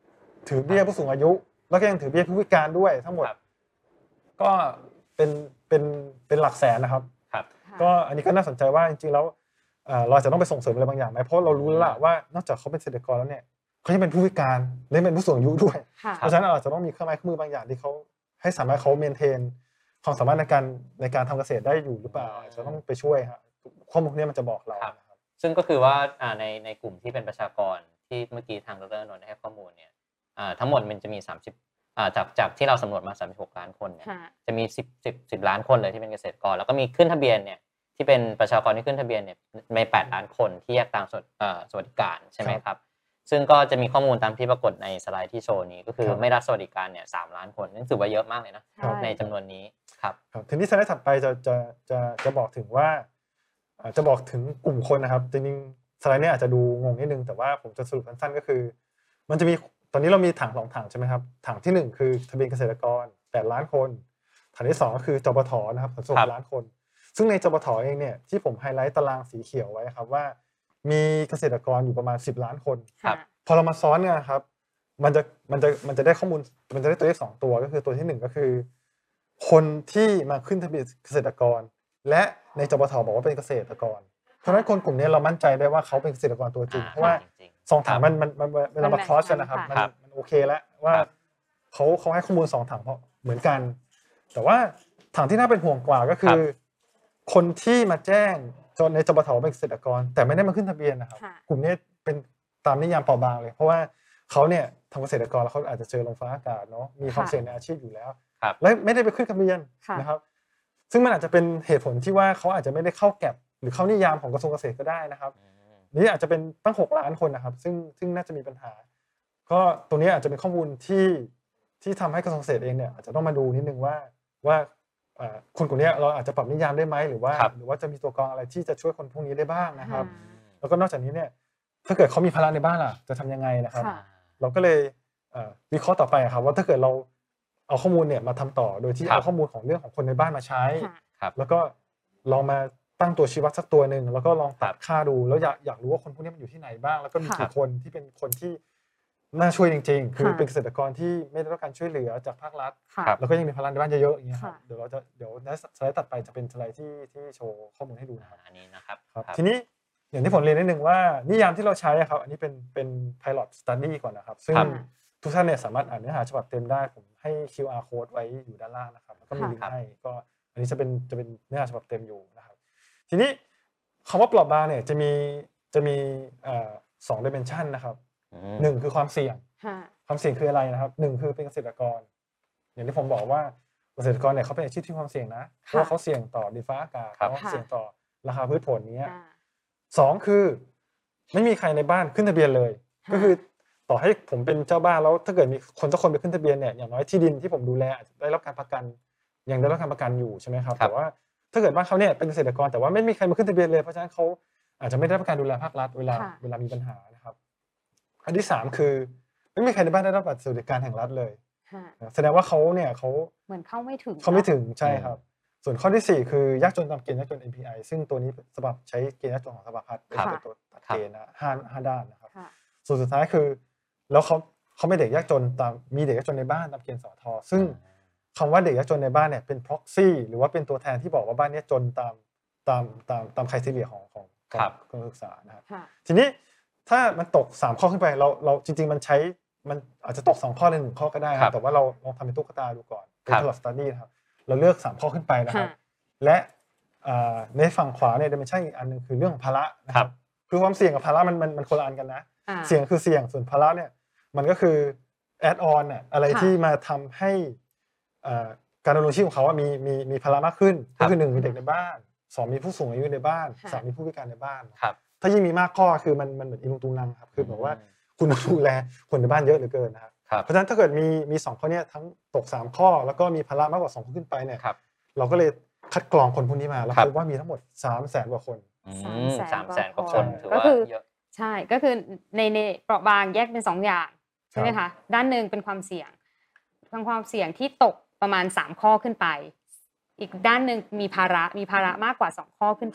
ถือเบี้ยผู้สูงอายุแล้วก็ยังถือเบี้ยผู้พิการด้วยทั้งหมดครับก็เป็นเป็นหลักแสนนะครับครับค่ะก็อันนี้ก็น่าสนใจว่าจริงๆแล้วเราจะต้องไปส่งเสริมอะไรบางอย่างไหมเพราะเรารู้แล้วล่ะว่านอกจากเขาเป็นเกษตรกรแล้วเนี่ยเขายังเป็นผู้พิการและเป็นผู้สูงอายุด้วยค่ะเพราะฉะนั้นเราอาจจะต้องมีเครื่องไม้เครื่องมือบางอย่างที่เขาให้สามารถเขาเมนเทนความสามารถในการทำเกษตรได้อยู่หรือเปล่าอาจจะต้องไปช่วยครับข้อมูลพวกนี้มันจะบอกเราครับนะครับซึ่งก็คือว่าในกลุ่มที่เป็นประชากรที่เมื่อกี้ทางดรนนท์ได้ให้ข้อมูลเนี่ยทั้งหมดมันจะมี30จากที่เราสำรวจมา36ล้านคนเนี่ยค่ะจะมี10ล้านคนเลยที่เป็นเกษตรกรแล้วก็มีขึ้นทะเบียนเนี่ยที่เป็นประชากรที่ขึ้นทะเบียนเนี่ยใน8ล้านคนที่แยกตามสวัสดิการใช่ไหมครับซึ่งก็จะมีข้อมูลตามที่ปรากฏในสไลด์ที่โชว์นี้ก็คือครับไม่รับสวัสดิการเนี่ย3ล้านคนนั่นถือว่าเยอะมากเลยนะใช่ในจำนวนนี้ครับครับทีนี้สไลด์ถัดไปจะบอกถึงว่าจะบอกถึงกลุ่มคนนะครับจริงๆสไลด์นี้อาจจะดูงงนิดนึงแต่ว่าผมจะสรุปสั้นๆก็คือ มันจะมีตอนนี้เรามีถัง2ถังใช่ไหมครับถังที่1คือทะเบียนเกษตรกร8ล้านคนถังที่2ก็คือจปทนะครับ36ล้านคนซึ่งในจปทเองเนี่ยที่ผมไฮไลท์ตารางสีเขียวไว้ครับว่ามีเกษตรกรอยู่ประมาณ10ล้านคนครับพอเรามาซ้อนเนี่ยครับมันจะได้ข้อมูลมันจะได้ตัวเลข2ตัวก็คือตัวที่1ก็คือ คนที่มาขึ้นทะเบียนเกษตรกร และในจปทบอกว่าเป็นเกษตรกร เพราะฉะนั้นคนกลุ่มนี้เรามั่นใจได้ว่าเขาเป็นเกษตรกรตัวจริงเพราะว่าจริงๆสองถังมันเวลามาคอสกันนะครับครับมันโอเคแล้วว่าครับเขาให้ข้อมูล2ถังเพราะเหมือนกัน แต่ว่าถังที่น่าเป็นห่วงกว่าก็คือ คนที่มาแจ้งจนในจปทเป็นเกษตรกร แต่ไม่ได้มาขึ้นทะเบียนนะครับค่ะกลุ่มนี้เป็นตามนิยามเปราะบางเลย เพราะว่าเขาเนี่ยทำเกษตรกรแล้วเขาอาจจะเจอลมฟ้าอากาศเนาะมีความค่ะเสี่ยงในอาชีพอยู่แล้วครับและไม่ได้ไปขึ้นทะเบียนค่ะนะครับ ซึ่งมันอาจจะเป็นเหตุผลที่ว่าเขาอาจจะไม่ได้เข้าแก็บหรือเข้านิยามของกระทรวงเกษตรก็ได้นะครับ นี่อาจจะเป็นตั้ง6ล้านคนนะครับ ซึ่งน่าจะมีปัญหา ก็ตรงนี้อาจจะเป็นข้อมูลที่ทำให้กระทรวงเกษตรเองเนี่ยอาจจะต้องมาดูนิดนึงว่าคนกลุ่มนี้เราอาจจะปรับนิยามได้ไหมหรือว่าครับหรือว่าจะมีตัวกรองอะไรที่จะช่วยคนพวกนี้ได้บ้างนะครับค่ะแล้วก็นอกจากนี้เนี่ยถ้าเกิดเขามีภาระในบ้านล่ะจะทำยังไงนะครับค่ะเราก็เลยวิเคราะห์ต่อไปครับว่าถ้าเกิดเราเอาข้อมูลเนี่ยมาทำต่อโดยที่ครับเอาข้อมูลของเรื่องของคนในบ้านมาใช้ค่ะครับแล้วก็ลองมาตั้งตัวชี้วัดสักตัวหนึ่งแล้วก็ลองตัครัดบค่าดูแล้วอยากรู้ว่าคนพวกนี้มันอยู่ที่ไหนบ้าง แล้วก็มีค่ะกี่คนที่เป็นคนที่น่าช่วยจริงๆ คือค่ะเป็นเกษตรกรที่ไม่ได้รับการช่วยเหลือจากภาครัฐค่ะครับแล้วก็ยังมีภาระในบ้านเยอะๆอย่างเงี้ยครับค่ะเดี๋ยวในสไลด์ตัดไปจะเป็นสไลด์ที่โชว์ข้อมูลให้ดูนะครับอันนี้นะครับครับทีนี้อย่างที่ผมเรียนนิดนึงว่านิยามที่เราใช้อะครับอันนี้เป็น pilot study ก่อนนะครับ ซึ่งครับทุกท่านเนี่ยสามารถอ่านเนื้อหาฉบับเต็มได้ผมให้ QR code ไว้อยู่ด้านล่างนะครับแล้วก็มีค่ะลิงก์ให้ก็อันนี้จะเป็นเนื้อหาฉบับเต็มอยู่นะครับทีนี้คำว่าเปราะบางเนี่ยจะมีสอง dimension นะครับหนึ่งคือความเสี่ยงค่ะความเสี่ยงคืออะไรนะครับหนึ่งคือเป็นเกษตรกร อย่างที่ผมบอกว่าเกษตรกรเนี่ยเขาเป็นอาชีพที่ความเสี่ยงนะเพราะว่าเขาเสี่ยงต่อดินฟ้าอากาศครับเนาะค่ะเสี่ยงต่อราคาพืชผลเนี้ยอ่าสองคือไม่มีใครในบ้านขึ้นทะเบียนเลยค่ะก็คือต่อให้ผมเป็นเจ้าบ้านแล้วถ้าเกิดมีคนสักคนไปขึ้นทะเบียนเนี่ยอย่างน้อยที่ดินที่ผมดูแลอาจจะได้รับการประกันยังได้รับการประกันอยู่ใช่ไหมครับครับแต่ว่าถ้าเกิดบ้านเขาเนี่ยเป็นเกษตรกรแต่ว่าไม่มีใครมาขึ้นทะเบียนเลยเพราะฉะนั้นเขาอาจจะไม่ได้รับการดูแลภาครัฐเวลาค่ะมีปัญหานะครับอันที่สามคือไม่มีใครในบ้านได้รับบัตรสวัสดิการแห่งรัฐเลยค่ะแสดงว่าเขาเนี่ยเขาเหมือนเข้าไม่ถึงเขาไม่เนอะถึงใช่ครับ ส่วนข้อที่ 4 คือยากจนตามเกณฑ์ยากจน NPI ซึ่งตัวนี้สภาพใช้เกณฑ์ยากจนของสภาพัฒน์เป็นครับตัวตัดเกณฑ์นะห้าด้านนะครับค่ะส่วนสุดท้ายคือแล้วเขาไม่เด็กยากจนตามมีเด็กยากจนในบ้านตามเกณฑ์สทซึ่งคำว่าเด็กยากจนในบ้านเนี่ยเป็น proxy หรือว่าเป็นตัวแทนที่บอกว่าบ้านเนี้ยจนตามใครทีเรียของครับการศึกษานะครับค่ะทีนี้ถ้ามันตก3ข้อขึ้นไปเราจริงๆมันอาจจะตก2ข้อใน1ข้อก็ได้คครัรับบ แต่ว่าเราลองทำเป็นตุ๊กตาดูก่อนเป็นครับ pilot study นะครับเราเลือก3ข้อขึ้นไปนะครับค่ะและในฝั่งขวาเนี่ยดิเมนชันอีกอันหนึงคือเรื่องของภาระนะคครัรับบ คือความเสี่ยงกับภาระมันคนละอันกันนะอ่าเสี่ยงคือเสี่ยงส่วนภาระเนี่ยมันก็คือแอดออนน่ะอะไรค่ะที่มาทำให้การดำรงชีพของเขาว่ามีภาระมากขึ้นครัก็บคือ1มีเด็กในบ้าน2มีผู้สูงอายุในบ้านค่ะ 3มีผู้พิการในบ้านครับถ้ายิ่งมีมากข้อคือมันเหมือนอีลุงตุงนังครับคือแบบว่าคุณต้องดูแลคนในบ้านเยอะเหลือเกินนะครับครับเพราะฉะนั้นถ้าเกิดมี2ข้อเนี้ยทั้งตก3ข้อแล้วก็มีภาระมากกว่า2ข้อขึ้นไปเนี่ยครับเราก็เลยคัดกรองคนพวกนี้มาแล้วครับพบว่ามีทั้งหมด 300,000 กว่าคน 300,000 กว่าคน ถือก็ว่าคือเยอะใช่ก็คือในเปราะบางแยกเป็น2อย่างใช่ไหมครัคะบด้านหนึ่งเป็นความเสี่ยงความเสี่ยงที่ตกประมาณ3ข้อขึ้นไป อีกด้านหนึ่งมีภาระมากกว่า2ข้อขึ้นไป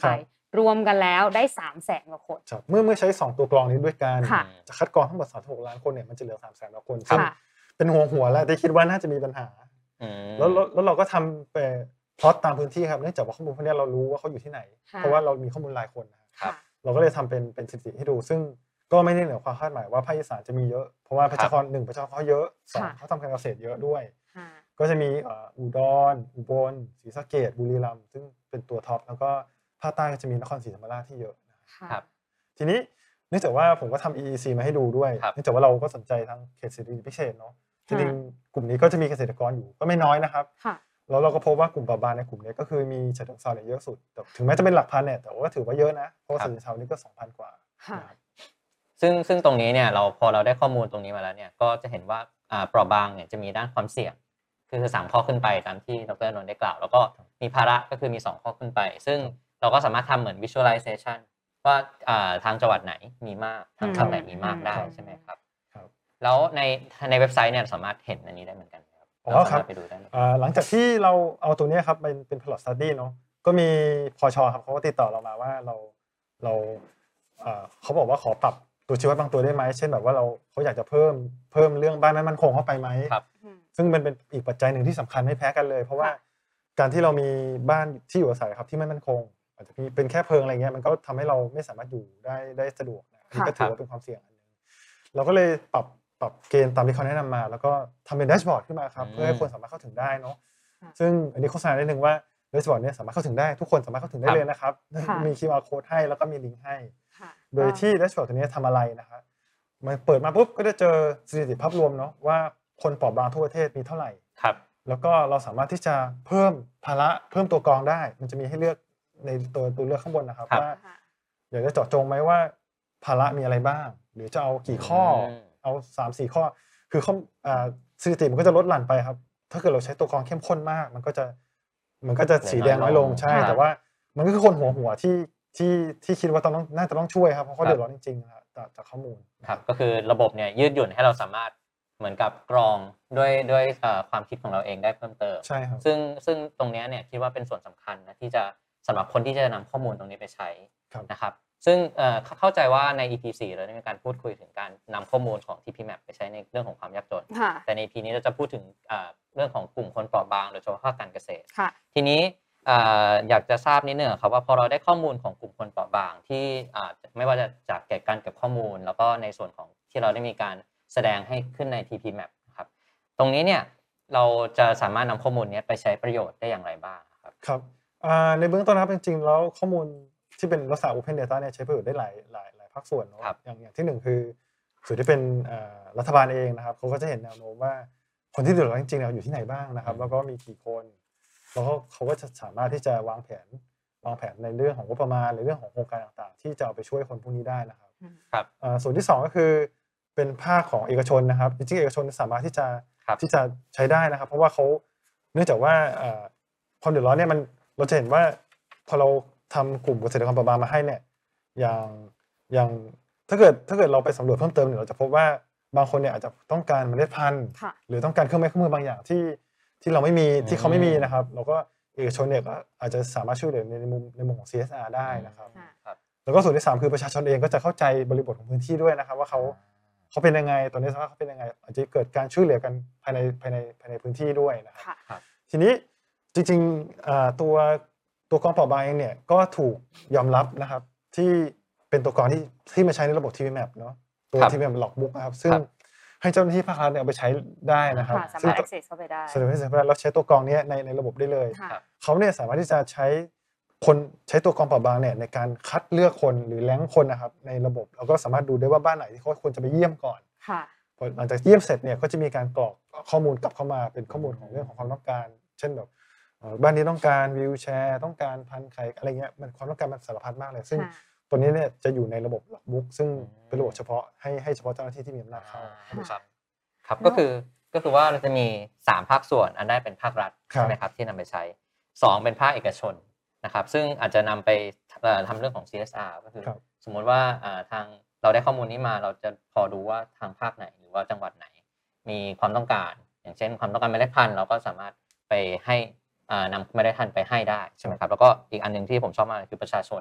รวมกันแล้วได้ 300,000 กว่าคนครับเมื่อใช้ 2 ตัวกรองนี้ด้วยกันค่ะจะคัดกรองทั้งหมด36 ล้านคนเนี่ยมันจะเหลือ 300,000 กว่าคนซึ่งค่ะเป็นหัวแล้วที่คิดว่าน่าจะมีปัญหาอืมแล้วเราก็ทำไปพล็อตตามพื้นที่ครับเนื่องจากว่าข้อมูลพวกนี้เรารู้ว่าเขาอยู่ที่ไหนค่ะเพราะว่าเรามีข้อมูลรายคนนะครับครับเราก็เลยทำเป็นสถิติให้ดู ซึ่งก็ไม่ได้เหนือความคาดหมายว่าภาคอีสานจะมีเยอะเพราะว่าประชากร1ประชากรเขาเยอะ2เขาทำการเกษตรเยอะด้วยค่ะก็จะมีอุดรอุบลศรีสะเกษบุรีรัมย์ซึ่งเป็นตัวท็อปแล้วก็ภาคใต้ก็จะมีนครศรีธรรมราชที่เยอะนะครับค่ะครับทีนี้เนื่องจากว่าผมก็ทำ EEC มาให้ดูด้วยครับเนื่องจากว่าเราก็สนใจทางเขตเศรษฐกิจพิเศษเนาะจริงๆกลุ่มนี้ก็จะมีเกษตรกรอยู่ก็ไม่น้อยนะครับค่ะแล้วเราก็พบว่ากลุ่มเปราะบางในกลุ่มนี้ก็คือมีฉะเชิงเทราเนี่ยเยอะสุดแต่ถึงแม้จะเป็นหลักพันเนี่ยแต่ว่าถือว่าเยอะนะเพราะว่าครัฉะบเชิงเทรานี่ก็ 2,000 กว่าค่ะนะครับซึ่งตรงนี้เนี่ยพอเราได้ข้อมูลตรงนี้มาแล้วเนี่ยก็จะเห็นว่าเปราะบางเนี่ยจะมีด้านความเสี่ยงคือ3ข้อขึ้นไปตามที่ดร.นนท์ได้กล่าวแล้วก็มีภาระก็คือมี2ข้อขึ้นไป ซึ่งเราก็สามารถทำเหมือน visualization ว่าทางจังหวัดไหนมีมากทางจังหวัดไหนมีมากได้ใช่ไหมครับครับแล้วในเว็บไซต์เนี่ยสามารถเห็นอันนี้ได้เหมือนกันไหมครับอ๋อเราครัสาบมารถไปดูได้ไหมหลังจากที่เราเอาตัวเนี้ยครับเป็น pilot study เนาะก็มีพชครับเขาก็ติดต่อเรามาว่าเราเขาบอกว่าขอปรับตัวชี้วัดบางตัวได้ไหมเช่นแบบว่าเขาอยากจะเพิ่มเรื่องบ้านไม่มั่นคงเข้าไปไหมครับซึ่งมันเป็นอีกปัจจัยหนึ่งที่สำคัญไม่แพ้กันเลย เพราะว่าการที่เรามีบ้านที่อยู่อาศัยครับที่ไม่มั่นคงอาจจะมีเป็นแค่เพิงอะไรเงี้ยมันก็ทำให้เราไม่สามารถอยู่ได้สะดวกนะอันนี้ก็ถือว่าเป็นความเสี่ยงอันหนึงเราก็เลยปรับเกณฑ์ตามที่เขาแนะนำมา แล้วก็ทำเป็นแดชบอร์ดขึ้นมาครับเพื่อให้คนสามารถเข้าถึงได้เนาะซึ่งอันนี้โฆษณาได้หนึ่งว่าแดชบอร์ดเนี่ยสามารถเข้าถึงได้ทุกคนสามารถเข้าถึงได้เลยนะครับมี QR code ให้แล้วก็มีลิงก์ให้ โดยที่แดชบอร์ดตัวนี้ทำอะไรนะครับมันเปิดมาปุ๊บก็จะเจอสถิติภาพรวมเนาะว่าคนเปราะบางทั่วประเทศมีเท่าไหร่ครับแล้วก็เราสามารถที่จะเพิ่มภาระเพิ่มตัวกรองได้ มันจะมีให้เลือกในตัวเลือกข้างบนนะครับครับว่าอยากจะเจาะจงไหมว่าภาระมีอะไรบ้าง หรือจะเอากี่ข้อเอา 3-4 ข้อ คือสถิติมันก็จะลดหลั่นไปครับ ถ้าเกิดเราใช้ตัวกรองเข้มข้นมาก มันก็จะสีแดงน้อยลงใช่ แต่ว่ามันก็คือคนหัวที่คิดว่าน่าจะต้องช่วยครับเพราะเขาเดือดร้อนจริงๆนะครับจากข้อมูลครับก็คือระบบเนี่ยยืดหยุ่นให้เราสามารถเหมือนกับกรองด้วยความคิดของเราเองได้เพิ่มเติมใช่ครับซึ่งตรงเนี้ยเนี่ยคิดว่าเป็นส่วนสำคัญนะที่จะสำหรับคนที่จะนำข้อมูลตรงนี้ไปใช้ครับนะครับซึ่งเข้าใจว่าใน EP 4เราได้มีการพูดคุยถึงการนำข้อมูลของ TPMap ไปใช้ในเรื่องของความยากจนค่ะแต่ใน EP นี้เราจะพูดถึงเรื่องของกลุ่มคนเปราะบางโดยเฉพาะภาคการเกษตรค่ะทีนี้อยากจะทราบนิดนึงครับว่าพอเราได้ข้อมูลของกลุ่มคนเปราะบางที่ไม่ว่าจะจากการเก็บข้อมูล แล้วก็ในส่วนของที่เราได้มีการแสดงให้ขึ้นใน TPMap นะครับตรงนี้เนี่ยเราจะสามารถนำข้อมูลนี้ไปใช้ประโยชน์ได้อย่างไรบ้างครับครับในเบื้องต้นนะครับจริงๆแล้วข้อมูลที่เป็นลักษณะ Open Data เนี่ยใช้ประโยชน์ได้หลายภาคส่วนเนาะครับอย่างที่หนึ่งคือส่วนที่เป็นรัฐบาลเองนะครับเขาก็จะเห็นแนวโน้มว่าคนที่เดือดร้อนจริงๆเนี่ยอยู่ที่ไหนบ้างนะครับแล้วก็มีกี่คนแล้วเขาก็จะสามารถที่จะวางแผนในเรื่องของงบประมาณในเรื่องของโครงการต่างๆ ที่จะเอาไปช่วยคนพวกนี้ได้นะครับครับส่วนที่สองก็คือเป็นภาคของเอกชนนะครับจริงๆเอกชนสามารถที่จะครับใช้ได้นะครับ เพราะว่าเขาเนื่องจากว่าความเดือดร้อนเนี่ยเราจะเห็นว่าพอเราทำกลุ่มเกษตรกรเปราะบางมาให้เนี่ยอย่างถ้าเกิดเราไปสำรวจเพิ่มเติมเนี่ยเราจะพบว่าบางคนเนี่ยอาจจะต้องการเมล็ดพันธุ์ค่ะหรือต้องการเครื่องไม้เครื่องมือบางอย่างที่เราไม่มีที่เขาไม่มีนะครับเราก็เอกชนเนี่ยก็อาจจะสามารถช่วยเหลือในมุมของ CSR ได้นะครับค่ะแล้วก็ส่วนที่ 3 คือประชาชนเองก็จะเข้าใจบริบทของพื้นที่ด้วยนะครับว่าเขาเป็นยังไงตอนนี้สภาพเขาเป็นยังไงอาจจะเกิดการช่วยเหลือกันภายในพื้นที่ด้วยนะครับค่ะทีนี้จริงๆตัวกองเปราะบางเองเนี่ยก็ถูกยอมรับนะครับที่เป็นตัวกรองที่มาใช้ในระบบ TPMap เนาะตัวครับ TPMap Logbook นะครับซึ่งครับให้เจ้าหน้าที่ภาครัฐเนี่ยเอาไปใช้ได้นะครับค่ะ สาซึ่งมารถ access เข้าไปได้สามารถแล้วใช้ตัวกรองเนี้ยในระบบได้เลยค่ะเขาเนี่ยสามารถที่จะใช้ตัวกรองเปราะบางเนี่ยในการคัดเลือกคนหรือแรงคนนะครับในระบบแล้วก็สามารถดูได้ว่าบ้านไหนที่เขาควรจะไปเยี่ยมก่อนค่ะพอหลังจากเยี่ยมเสร็จเนี่ยก็จะมีการกรอกข้อมูลกลับเข้ามาเป็นข้อมูลของเรื่องของความต้องการ เช่นแบบบ้านนี้ต้องการวีลแชร์ต้องการพันธุ์ไข่อะไรเงี้ยมันความต้องการมันสารพัดมากเลยซึ่งค่ะตัวนี้เนี่ยจะอยู่ในระบบLogbook ซึ่งเป็นระบบเฉพาะให้เฉพาะเจ้าหน้าที่ที่มีอำนาจเข้าครับก็คือว่าเราจะมี3ภาคส่วนอันแรกเป็นภาครัฐครับใช่ไหมครับที่นำไปใช้2เป็นภาคเอกชนนะครับซึ่งอาจจะนำไปทำเรื่องของ CSR ก็คือครับสมมุติว่าทางเราได้ข้อมูลนี้มาเราจะพอดูว่าทางภาคไหนหรือว่าจังหวัดไหน มีความต้องการอย่างเช่นความต้องการเมล็ดพันธุ์เราก็สามารถไปให้นำเมล็ดพันธุ์ไปให้ได้ใช่ไหมครับแล้วก็อีกอันหนึงที่ผมชอบมากเลยคือประชาชน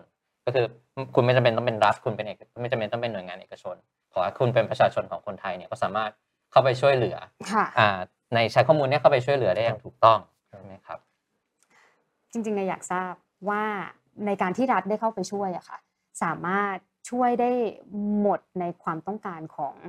ก็คือคุณไม่จำเป็นต้องเป็นรัฐคุณเป็นไม่จำเป็นต้องเป็นหน่วยงานเอกชนขอให้คุณเป็นประชาชนของคนไทยเนี่ยก็สามารถเข้าไปช่วยเหลือค่ะในใช้ข้อมูลเนี่ยเข้าไปช่วยเหลือได้อย่างถูกต้องครับใช่ไหมครับจริงๆเนี่ยอยากทราบว่าในการที่รัฐได้เข้าไปช่วยอะค่ะสามารถช่วยได้หมดในความต้องการ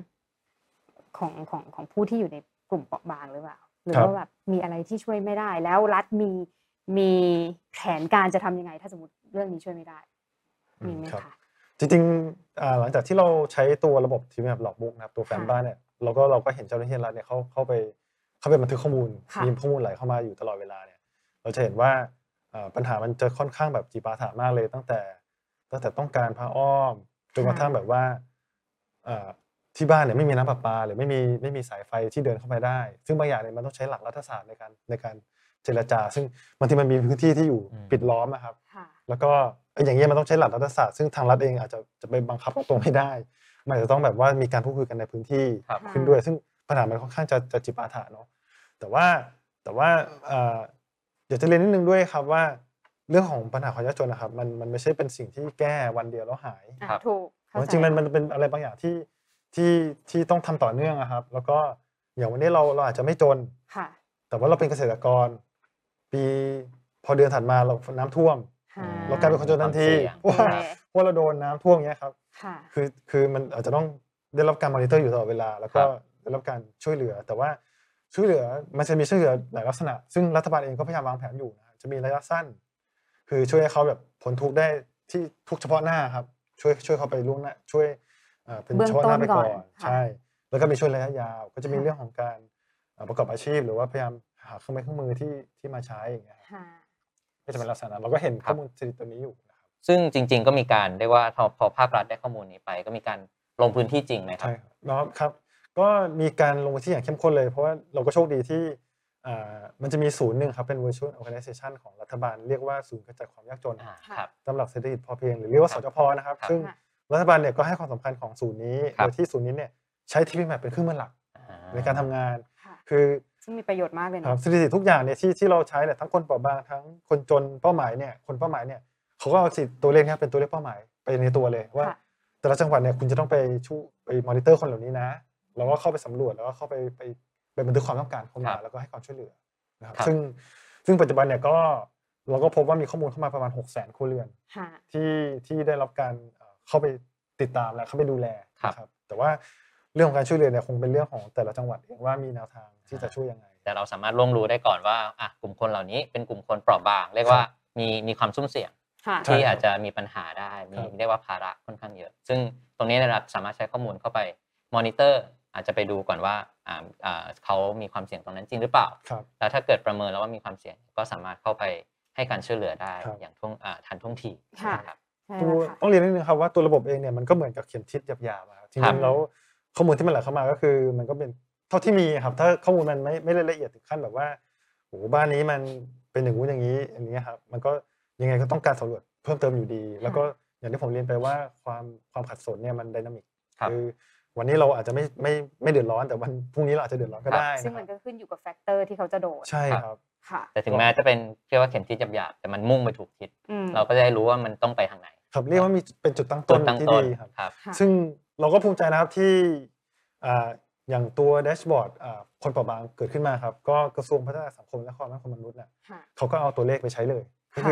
ของผู้ที่อยู่ในกลุ่มเปราะบางหรือเปล่าหรือครับว่าแบบมีอะไรที่ช่วยไม่ได้แล้วรัฐมีแผนการจะทำยังไงถ้าสมมติเรื่องนี้ช่วยไม่ได้มีไหมครับคะจริงๆหลังจากที่เราใช้ตัวระบบที่แบบหลอกบุ๊กนะครับตัวแฟ้มค่ะบ้านเนี่ยเราก็เห็นเจ้าหน้าที่รัฐเนี่ยเข้าไปบันทึกข้อมูลค่ะมีข้อมูลไหลเข้ามาอยู่ตลอดเวลาเนี่ยเราจะเห็นว่าปัญหามันจะค่อนข้างแบบจีปาถะมากเลยตั้งแต่ต้องการผ้าอ้อมจนกระทั่งแบบว่าที่บ้านเนี่ยไม่มีน้ำประปาหรือไม่มีสายไฟที่เดินเข้าไปได้ ซึ่งบางอย่างเนี่ยมันต้องใช้หลักรัฐศาสตร์ในการเจรจา ซึ่งบางทีมันมีพื้นที่ที่อยู่ปิดล้อมนะครับค่ะแล้วก็อย่างเงี้ยมันต้องใช้หลักรัฐศาสตร์ซึ่งทางรัฐเองอาจจะไปบังคับตรงๆไม่ได้มันอาจจะต้องแบบว่ามีการพูดคุยกันในพื้นที่ครับขึ้นด้วย ซึ่งปัญหามันค่อนข้างจะจิปาถะเนาะแต่ว่าอยากจะเรียนนิดนึงด้วยครับว่าเรื่องของปัญหาความยากจนนะครับมันไม่ใช่เป็นสิ่งที่แก้วันเดียวแล้วหายครับถูกเข้าจใจริงๆมันเป็นอะไรบางอย่างที่ต้องทำต่อเนื่องอะครับ แล้วก็อย่างวันนี้เราอาจจะไม่จนค่ะแต่ว่าเราเป็นเกษตรกรพอเดือนถัดมาเราน้ำท่วมค่ะเรากลายเป็นคนจนทันทีความเสี่ยงเพราะเราโดนน้ำท่วมเงี้ยครับค่ะคือมันอาจจะต้องได้รับการมอนิเตอร์อยู่ตลอดเวลา แล้วก็ได้รับการช่วยเหลือ แต่ว่าช่วยเหลือมันจะมีช่วยเหลือหลายลักษณะ ซึ่งรัฐบาลเองก็พยายามวางแผนอยู่นะจะมีระยะสั้น คือช่วยให้เขาแบบพ้นทุกข์ได้ที่ทุกข์เฉพาะหน้าครับช่วยเขาไปล่วงหน้าช่วยเป็นเบื้องเฉพาะหน้าไปก่อนต้นก่อนค่ะใช่ แล้วก็มีช่วยระยะยาว ก็จะมีค่ะเรื่องของการประกอบอาชีพ หรือว่าพยายามหาเครื่องไม้เครื่องมือที่มาใช้อย่างเงี้ยครับค่ะก็จะเป็นลักษณะนั้นเราก็เห็นครัข้อบ มูลสถิติตัวนี้อยู่นะครับซึ่งจริง ๆ ก็มีการเรียกว่าพอภาครัฐได้ข้อมูลนี้ไป ก็มีการลงพื้นที่จริงไหมครัใช่บครับเนาะครับก็มีการลงพื้นที่อย่างเข้มข้นเลย เพราะว่าเราก็โชคดีที่มันจะมีศูนย์หนึ่งครับเป็น virtual organization ของรัฐบาลเรียกว่าศูนย์กระจัดความยากจนครับตามหลักเศรษฐกิจพอเพียงหรือเรียกว่าครัสบจพนะครับครับซึ่งค่ะรัฐบาลเนี่ยก็ให้ความสำคัญของศูนย์นี้ครับโดยที่ศูนย์นี้เนี่ยใช้ TPMAP เป็นเครื่องมือหลักในการทำงานค่ะคือซึ่งมีประโยชน์มากเลยครัเนาะบสถิติทุกอย่างเนี่ยที่เราใช้เนี่ยทั้งคนเปราะบางทั้งคนจนเป้าหมายเนี่ยคนเป้าหมายเนี่ยเขาก็เอาตัวเลขเนี้เป็นตัวเลขเป้าหมายไปในตัวเลยว่าค่ะแต่ละจังหวัดเนี่ยคุณจะต้องไปมอนิเตอร์คนเหล่านี้นะแล้วก็เข้าไปสำรวจแล้วก็เข้าไปบันทึกความต้องการเข้าคมารับแล้วก็ให้ความช่วยเหลือนะครับครับซึ่งปัจจุบันเนี่ยก็เราก็พบว่ามีข้อมูลเข้ามาประมาณ 600,000 ครัวเรือนค่ะที่ได้รับการเข้าไปติดตามและเข้าไปดูแลครับนะครับแต่ว่าเรื่องของการช่วยเหลือเนี่ยคงเป็นเรื่องของแต่ละจังหวัดเองว่ามีแนวทางที่จะช่วยยังไงแต่เราสามารถล่วงรู้ได้ก่อนว่ากลุ่มคนเหล่านี้เป็นกลุ่มคนเปราะบาง เรียกว่ามีความซุ่มเสี่ยงค่ะใช่ที่ครับอาจจะมีปัญหาได้ครับเรียกว่าภาระค่อนข้างเยอะ ซึ่งตรงนี้นะครับสามารถใช้ข้อมูลเข้าไปมอนิเตอร์อาจจะไปดูก่อนว่าเขามีความเสี่ยงตรงนั้นจริงหรือเปล่าครับแล้วถ้าเกิดประเมินแล้วว่ามีความเสี่ยงก็สามารถเข้าไปให้การช่วยเหลือได้ครับอย่างทันท่วงทีค่ะนะครับใช่ตัวแล้วค่ะต้องเรียนนิดนึงครับว่าตัวระบบเองเนี่ยมันก็เหมือนกับเข็มทิศหยาบๆอะครับจครัริบงๆแล้วข้อมูลที่มันไหลเข้ามาก็คือมันก็เป็นเท่าที่มีครับถ้าข้อมูลมันไม่ได้ละเอียดถึงขั้นแบบว่าโอ้โหบ้านนี้มันเป็นอย่างงู้นอย่างนี้อันนี้ครับมันก็ยังไงก็ต้องการสำรวจเพิ่มเติมอยู่ดี แล้วก็อย่างที่ผมเรียนไปว่าความขัดสนเนี่ยมันไดนามิกครับคือวันนี้เราอาจจะไม่เดือดร้อนแต่วันพรุ่งนี้เราอาจจะเดือดร้อนก็ได้ซึ่งนะคมัรันบก็ขึ้นอยู่กับแฟกเตอร์ที่เขาจะโดนใช่ครับค่ะแต่ถึงแม้จะเป็นเรียกว่าเข็มทิศหยาบๆแต่มันมุ่งไปถูกทิศอืมเราก็จะได้รู้ว่ามันต้องไปทางไหนครับเรียกว่ามีเป็นจุดตั้งต้ต้นนตั้งที่ต้นดีครับครับค่ะซึ่งเราก็ภูมิใจนะครับที่อย่างตัวแดชบอร์ดคนเปราะบางเกิดขึ้นมาครับก็กระทรวงพัฒนาสังคมและความมั่นคงมนุษย์เนี่ยค่ะเขาก็เอาตัวเลขไปใช้เลยก็ค่ะคือ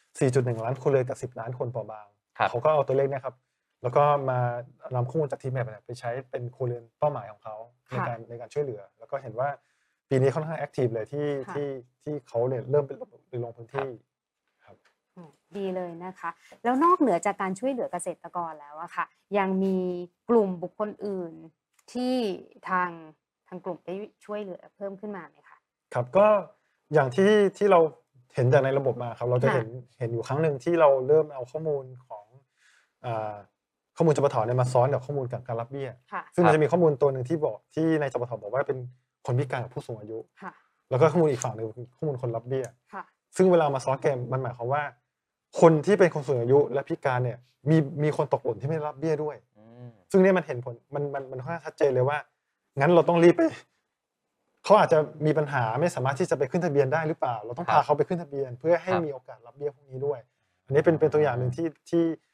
4.1 ล้านคนเลยกับ 10 ล้านคนเปราะบางครับเขาก็เอาตัวเลขเนี่ยครับแล้วก็มานำข้อมูลจากทีมแมปไปใช้เป็นครัวเรือนเป้าหมายของเขาในการช่วยเหลือ แล้วก็เห็นว่าปีนี้ค่อนข้างแอคทีฟเลยที่เขาเนี่ยเริ่มไปลงพื้นที่ครับอืมดีเลยนะคะ แล้วนอกเหนือจากการช่วยเหลือเกษตรกรแล้วอะค่ะ ยังมีกลุ่มบุคคลอื่นที่ทางกลุ่มได้ช่วยเหลือเพิ่มขึ้นมาไหมคะครับก็อย่างที่เราเห็นจากในระบบมาครับเราจะค่ะเห็นอยู่ครั้งหนึ่งที่เราเริ่มเอาข้อมูลของข้อมูลจปทเนี่ยมาซ้อนกับข้อมูลกับการรับเบี้ยค่ะซึ่งมันจะมีข้อมูลตัวหนึ่งที่ในจปทบอกว่าเป็นคนพิการกับผู้สูงอายุค่ะแล้วก็ข้อมูลอีกฝั่งหนึ่งคือข้อมูลคนรับเบี้ยค่ะซึ่งเวลามาซ้อนเกมมันหมายความว่า คนที่เป็นคนสูงอายุและพิการเนี่ยมีคนตกหล่นที่ไม่ได้รับเบี้ยด้วยอืมซึ่งเนี่ยมันเห็นผลมันค่อนข้างชัดเจนเลยว่า งั้นเราต้องรีบไปเขาอาจจะมีปัญหาไม่สามารถที่จะไปขึ้นทะเบียนได้หรือเปล่า เราต้องครัพาบเขาไปขึ้นทะเบียน เพื่อให้ครับมีโอกาสรับเบี้ยพวกนี้ด้วย อันนี้เป็นตัวอย่างหนึ่งที่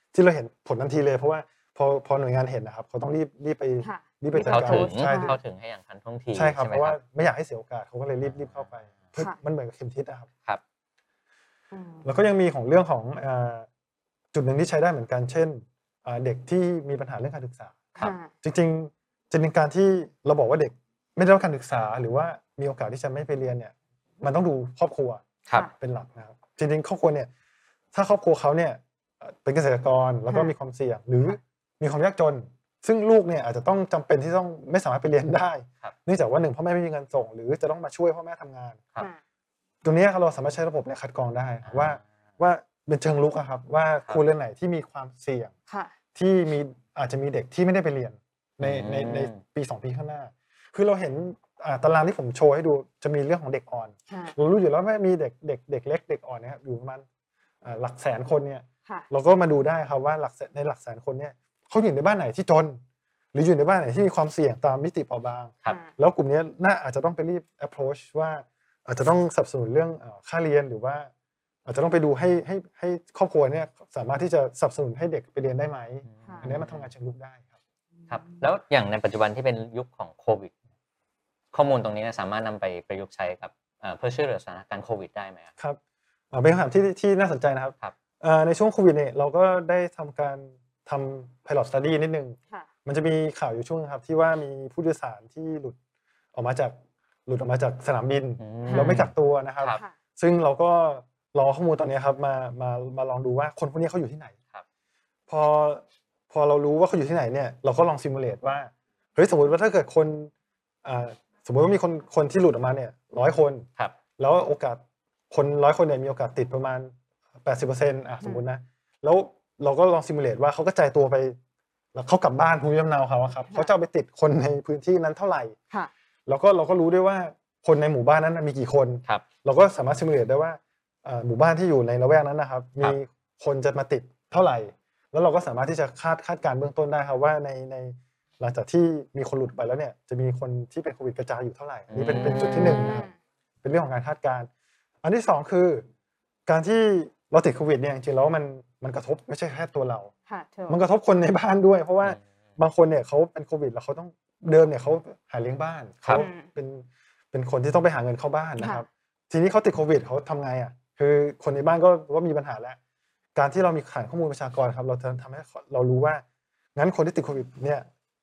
ที่เราเห็นผลทันทีเลยเพราะว่าพอหน่วยงานเห็นนะครับเขาต้องรีบไปค่ะรีบไปจัดเข้าการถึงใช่เข้าถึงให้อย่างทันท่วงทีใช่ครับไหเพมราะคว่ารับไม่อยากให้เสียโอกาสเขาก็เลยรีบเข้าไปค่ะมันเหมือนกับเข็มทิศนะครับครับอืมแล้วก็ยังมีของเรื่องของจุดหนึ่งที่ใช้ได้เหมือนกัน เช่นเด็กที่มีปัญหาเรื่องการศึกษาครับค่ะจริงๆจะเป็นการที่เราบอกว่าเด็กไม่ได้รับการศึกษาหรือว่ามีโอกาสที่จะไม่ไปเรียนเนี่ยมันต้องดูครอบครัวครับเป็นหลักนะครับจริงๆครอบครัวเนี่ยถ้าครอบครัวเขาเนี่ยเป็นเกษตรกรแล้วก็ค่ะมีความเสี่ยงหรือมีความยากจน ซึ่งลูกเนี่ยอาจจะต้องจำเป็นที่ต้องไม่สามารถไปเรียนได้ครับเนื่องจากว่าหนึ่งพ่อแม่ไม่มีเงินส่ง หรือจะต้องมาช่วยพ่อแม่ทำงานครับค่ะตรงนี้เราสามารถใช้ระบบเนี่ยคัดกรองได้ว่าเป็นเชิงลุกอะครับว่าครัวเรือนไหนที่มีความเสี่ยงค่ะที่อาจจะมีเด็กที่ไม่ได้ไปเรียนในปี2 ปีข้างหน้า คือเราเห็นตารางที่ผมโชว์ให้ดูจะมีเรื่องของเด็กอ่อนค่ะเรารู้อยู่แล้วว่ามีเด็กเล็กเด็กอ่อนนะครับอยู่ประมาณหลักแสนคนเนี่ยค่ะเราก็มาดูได้ครับว่าในหลักแสนคนเนี่ยเขาอยู่ในบ้านไหนที่จน หรืออยู่ในบ้านไหนที่มีความเสี่ยงตามมิติเปราะบางครับแล้วกลุ่มนี้น่าอาจจะต้องไปรีบ approach ว่าอาจจะต้องสนับสนุนเรื่องค่าเรียนหรือว่า อาจจะต้องไปดูให้ครอบครัวเนี่ยสามารถที่จะสนับสนุนให้เด็กไปเรียนได้ไหมค่ะอันนี้มันทำงานเชิงลุกได้ครับครับแล้วอย่างในปัจจุบันที่เป็นยุคของโควิด ข้อมูลตรงนี้เนี่ยสามารถนำไปประยุกต์ใช้กับเพื่อช่วยเหลือสถานการณ์โควิดได้ไหมครับครับเป็นคำถามที่น่าสนใจนะครับครับในช่วงโควิดเนี่ยเราก็ได้ทำการทำ pilot study นิดนึงค่ะมันจะมีข่าวอยู่ช่วงครับที่ว่ามีผู้โดยสารที่หลุดออกมาจากสนามบินอืเราไม่กักตัวนะครับครับค่ะซึ่งเราก็รอข้อมูลตอนนี้ครับมาลองดูว่าคนพวกนี้เขาอยู่ที่ไหนครับพอเรารู้ว่าเขาอยู่ที่ไหนเนี่ยเราก็ลองซิมูเลตว่าเฮ้ยสมมติว่าถ้าเกิดคนสมมติว่ามีคนที่หลุดออกมาเนี่ย100 คนครับแล้วโอกาสคน100 คนเนี่ยมีโอกาสติดประมาณ 80%สมมุตินะแล้วเราก็ลองซิมูเลตว่าเขากระจายตัวไปแล้วเขากลับบ้านภูมิลำเนาเขาอะครับเขาจะเอาไปติดคนในพื้นที่นั้นเท่าไหร่ค่ะแล้วก็เราก็รู้ด้วยว่าคนในหมู่บ้านนั้นนะมีกี่คนครับเราก็สามารถซิมูเลตได้ว่าหมู่บ้านที่อยู่ในละแวกนั้นนะครับครัมีบคนจะมาติดเท่าไหร่ แล้วเราก็สามารถที่จะคาดการณ์เบื้องต้นได้ครับว่าในหลังจากที่มีคนหลุดไปแล้วเนี่ยจะมีคนที่เป็นโควิดกระจายอยู่เท่าไหร่นี่เป็นจุดที่หนึ่งนะครับเป็นเรื่องของการคาดการณ์อันที่สองคือ การที่เราติดโควิดเนี่ยจริงๆแล้วมันกระทบไม่ใช่แค่ตัวเราค่ะถูกมันกระทบคนในบ้านด้วย เพราะว่าอืมบางคนเนี่ยเขาเป็นโควิดแล้วเขาต้องเดิมเนี่ยเขาหาเลี้ยงบ้านครัเขาบเป็นคนที่ต้องไปหาเงินเข้าบ้านนะครับ ทีนี้เขาติดโควิดเขาทำไงอ่ะคือคนในบ้านก็มีปัญหาแล้ว การที่เรามีฐานข้อมูลประชากรครับเราจะทำให้เรารู้ว่างั้นคนที่ติดโควิดเนี่ย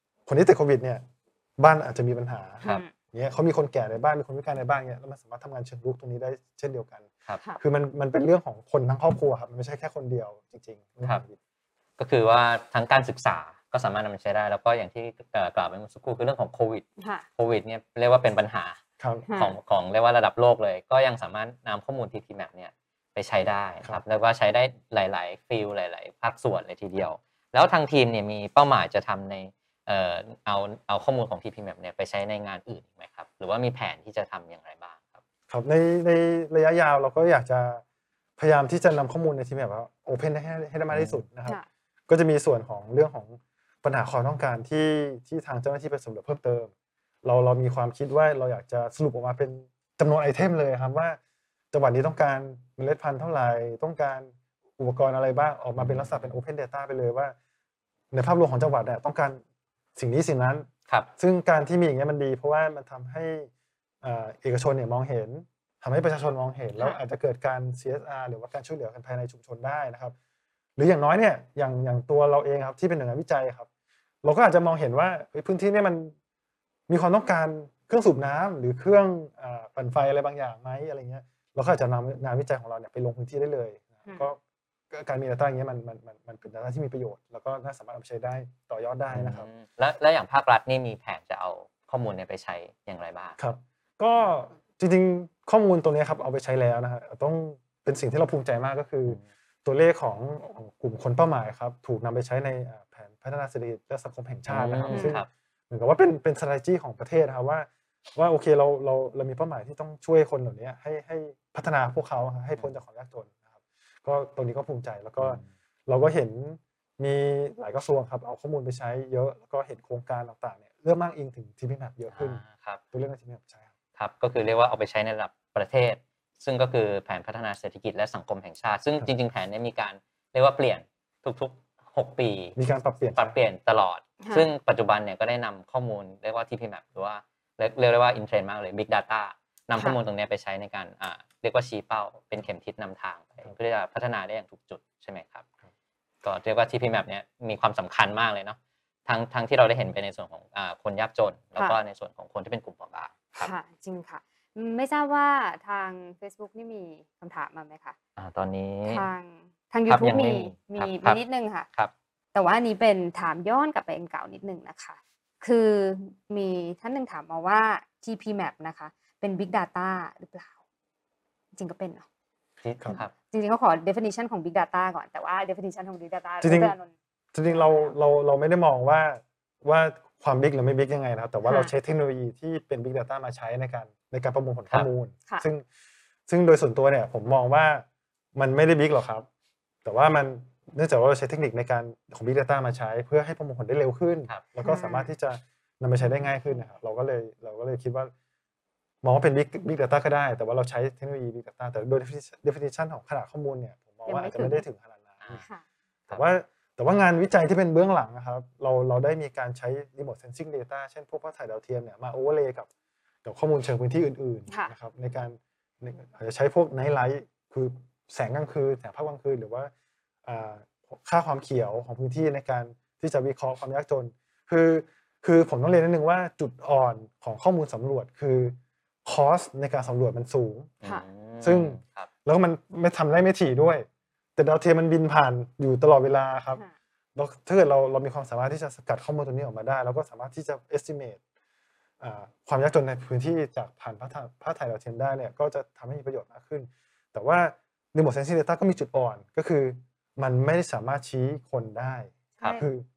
บ้านอาจจะมีปัญหาครับเนี่ยเขามีคนแก่ในบ้านมีคนพิการในบ้านเนี่ยแล้วมันสามารถทำงานเชิงรุกตรงนี้ได้เช่นเดียวกันครับค่ะคือมันเป็นเรื่องของคนทั้งครอบครัวครับมันไม่ใช่แค่คนเดียวจริงๆครับ ก็คือว่าทั้งการศึกษาก็สามารถนำมาใช้ได้ แล้วก็อย่างที่กล่าวไปเมื่อสักครู่คือเรื่องของโควิดค่ะโควิดเนี่ยเรียกว่าเป็นปัญหาครับค่ะของเรียกว่าระดับโลกเลย ก็ยังสามารถนำข้อมูล TP-Map เนี่ยไปใช้ได้คครัรับบ แล้วก็ใช้ได้หลายๆฟิลหลาย ๆ ภาคส่วนเลยทีเดียว แล้วทางทีมเนี่ยมีเป้าหมายจะทำในเอาข้อมูลของ TP-Map เนี่ยไปใช้ในงานอื่นอีกไหมครับหรือว่ามีแผนที่จะทำอย่างไรบ้างครับครับในระยะยาวเราก็อยากจะพยายามที่จะนำข้อมูลในทีมแบบว่าโอเพนให้ได้มากที่สุดนะครับค่ะก็จะมีส่วนของเรื่องของปัญหาความต้องการที่ทางเจ้าหน้าที่ไปสำรวจเพิ่มเติม เรามีความคิดว่าเราอยากจะสรุปออกมาเป็นจำนวนไอเทมเลยครับว่าจังหวัดนี้ต้องการเมล็ดพันธุ์เท่าไหร่ต้องการอุปกรณ์อะไรบ้างออกมาเป็นลักษณะเป็น Open Data ไปเลยว่า ในภาพรวมของจังหวัดเนี่ยต้องการสิ่งนี้สิ่งนั้นครับซึ่งการที่มีอย่างเงี้ยมันดี เพราะว่ามันทำให้เอกชนเนี่ยมองเห็นทำให้ประชาชนมองเห็นแล้วอาจจะเกิดการ CSR หรือว่าการช่วยเหลือกันภายในชุมชนได้นะครับ หรืออย่างน้อยเนี่ยอย่างตัวเราเองครับที่เป็นหน่วยงานวิจัยครับ เราก็อาจจะมองเห็นว่าพื้นที่เนี่ยมันมีความต้องการเครื่องสูบน้ำหรือเครื่องปั่นไฟอะไรบางอย่างไหมอะไรเงี้ยเราก็อาจจะนำงานวิจัยของเราเนี่ยไปลงพื้นที่ได้เลยก็การมี data อย่างเงี้ยมันเป็น data ที่มีประโยชน์แล้วก็น่าสามารถเอาไปใช้ได้ต่อยอดได้นะครับแล้วอย่างภาครัฐนี่มีแผนจะเอาข้อมูลเนี่ยไปใช้อย่างไรบ้างครับก็จริงๆข้อมูลตัวนี้ครับเอาไปใช้แล้วนะฮะต้องเป็นสิ่งที่เราภูมิใจมากก็คือตัวเลขของกลุ่มคนเป้าหมายครับถูกนำไปใช้ในแผนพัฒนาเศรษฐกิจและสังคมแห่งชาตินะครับซึ่งครับเหมือนกับว่าเป็น strategy ของประเทศนะครับว่าโอเคเรามีเป้าหมายที่ต้องช่วยคนเหล่านี้ให้พัฒนาพวกเขาให้พ้นจากความยากจนนะครับก็ตรงนี้ก็ภูมิใจแล้วก็เราก็เห็นมีหลายกระทรวงครับเอาข้อมูลไปใช้เยอะแล้วก็เห็นโครงการต่างๆเนี่ยเริ่มมากอิงถึง TP-Map เยอะขึ้นครับตัวเรื่องใน TP-Map ใช่ครับครับก็คือเรียกว่าเอาไปใช้ในระดับประเทศ ซึ่งก็คือแผนพัฒนาเศรษฐกิจและสังคมแห่งชาติ ซึ่งครับจริงๆแผนนี้มีการเรียกว่าเปลี่ยนทุก 6 ปีมีการปรับเปลี่ยนปรับเปลี่ยนตลอดค่ะซึ่งปัจจุบันเนี่ยก็ได้นำข้อมูลเรียกว่า TP-Map หรือว่าเรียกได้ว่า in trend มากเลย Big Data นำข้อมูลตรงเนี้ยไปใช้ในการเรียกว่าชี้เป้าเป็นเข็มทิศนำทางไปเพื่อจะพัฒนาได้อย่างถูกจุดใช่ไหมครับก็เรียกว่า TP-Map เนี่ยมีความสำคัญมากเลยเนาะทั้งที่เราได้เห็นไปในส่วนของคนยากจน แล้วก็ในส่วนของคนที่เป็นกลุ่มเปราะบางครับค่ะจริงค่ะไม่ทราบว่าทาง Facebook นี่มีคำถามมาไหมคะตอนนี้ทางครับ YouTube ยังไม่มีครับนิดนึงค่ะครับแต่ว่าอันนี้เป็นถามย้อนกลับไปอันเก่านิดนึงนะคะ คือมีท่านหนึ่งถามมาว่า TP-Map นะคะ เป็น Big Data หรือเปล่า จริงก็เป็นเนาะครับจริงๆก็ขอ definition ของ Big Data ก่อน แต่ว่า definition ของ Big Data จริงๆดรอานนท์จริงๆเราไม่ได้มองว่าความบิ๊กหรือไม่บิ๊กยังไงนะครับแต่ว่าค่ะเราใช้เทคโนโลยีที่เป็น Big Data มาใช้ในการประมวลผลข้อมูลค่ะซึ่งโดยส่วนตัวเนี่ยผมมองว่ามันไม่ได้บิ๊กหรอกครับ แต่ว่ามันเนื่องจากว่าเราใช้เทคนิคในการของ Big Data มาใช้เพื่อให้ประมวลผลได้เร็วขึ้นครับแล้วก็สามารถที่จะนำไปใช้ได้ง่ายขึ้นนะครับเราก็เลยคิดว่ามองว่าเป็น Big Data ก็ได้ แต่ว่าเราใช้เทคโนโลยี Big Data แต่โดย definition ของขนาดข้อมูลเนี่ยผมมองว่าอาจจะไม่ได้ถึงขนาดนั้นค่ะแต่ว่างานวิจัยที่เป็นเบื้องหลังนะครับเราได้มีการใช้ remote sensing data เช่นพวกภาพถ่ายดาวเทียมเนี่ยมา overlay กับข้อมูลเชิงพื้นที่อื่นค่ะๆนะครับในอาจจะใช้พวก night light คือแสงกลางคืนแสงภาพกลางคืนหรือว่าค่าความเขียวของพื้นที่ในการที่จะวิเคราะห์ความยากจนคือผมต้องเรียนนิดนึงว่าจุดอ่อนของข้อมูลสำรวจคือคอสในการสำรวจมันสูงค่ะซึ่งครับแล้วมันไม่ทำได้ไม่ถี่ด้วย แต่ดาวเทียมมันบินผ่านอยู่ตลอดเวลาครับค่ะแล้วถ้าเกิดเรามีความสามารถที่จะสกัดข้อมูลตัวนี้ออกมาได้เราก็สามารถที่จะ estimate ความยากจนในพื้นที่จากผ่านภาพถ่ายดาวเทียมได้เนี่ยก็จะทำให้มีประโยชน์มากขึ้น แต่ว่า remote sensing data ก็มีจุดอ่อนก็คือมันไม่ได้สามารถชี้คนได้ครับคือก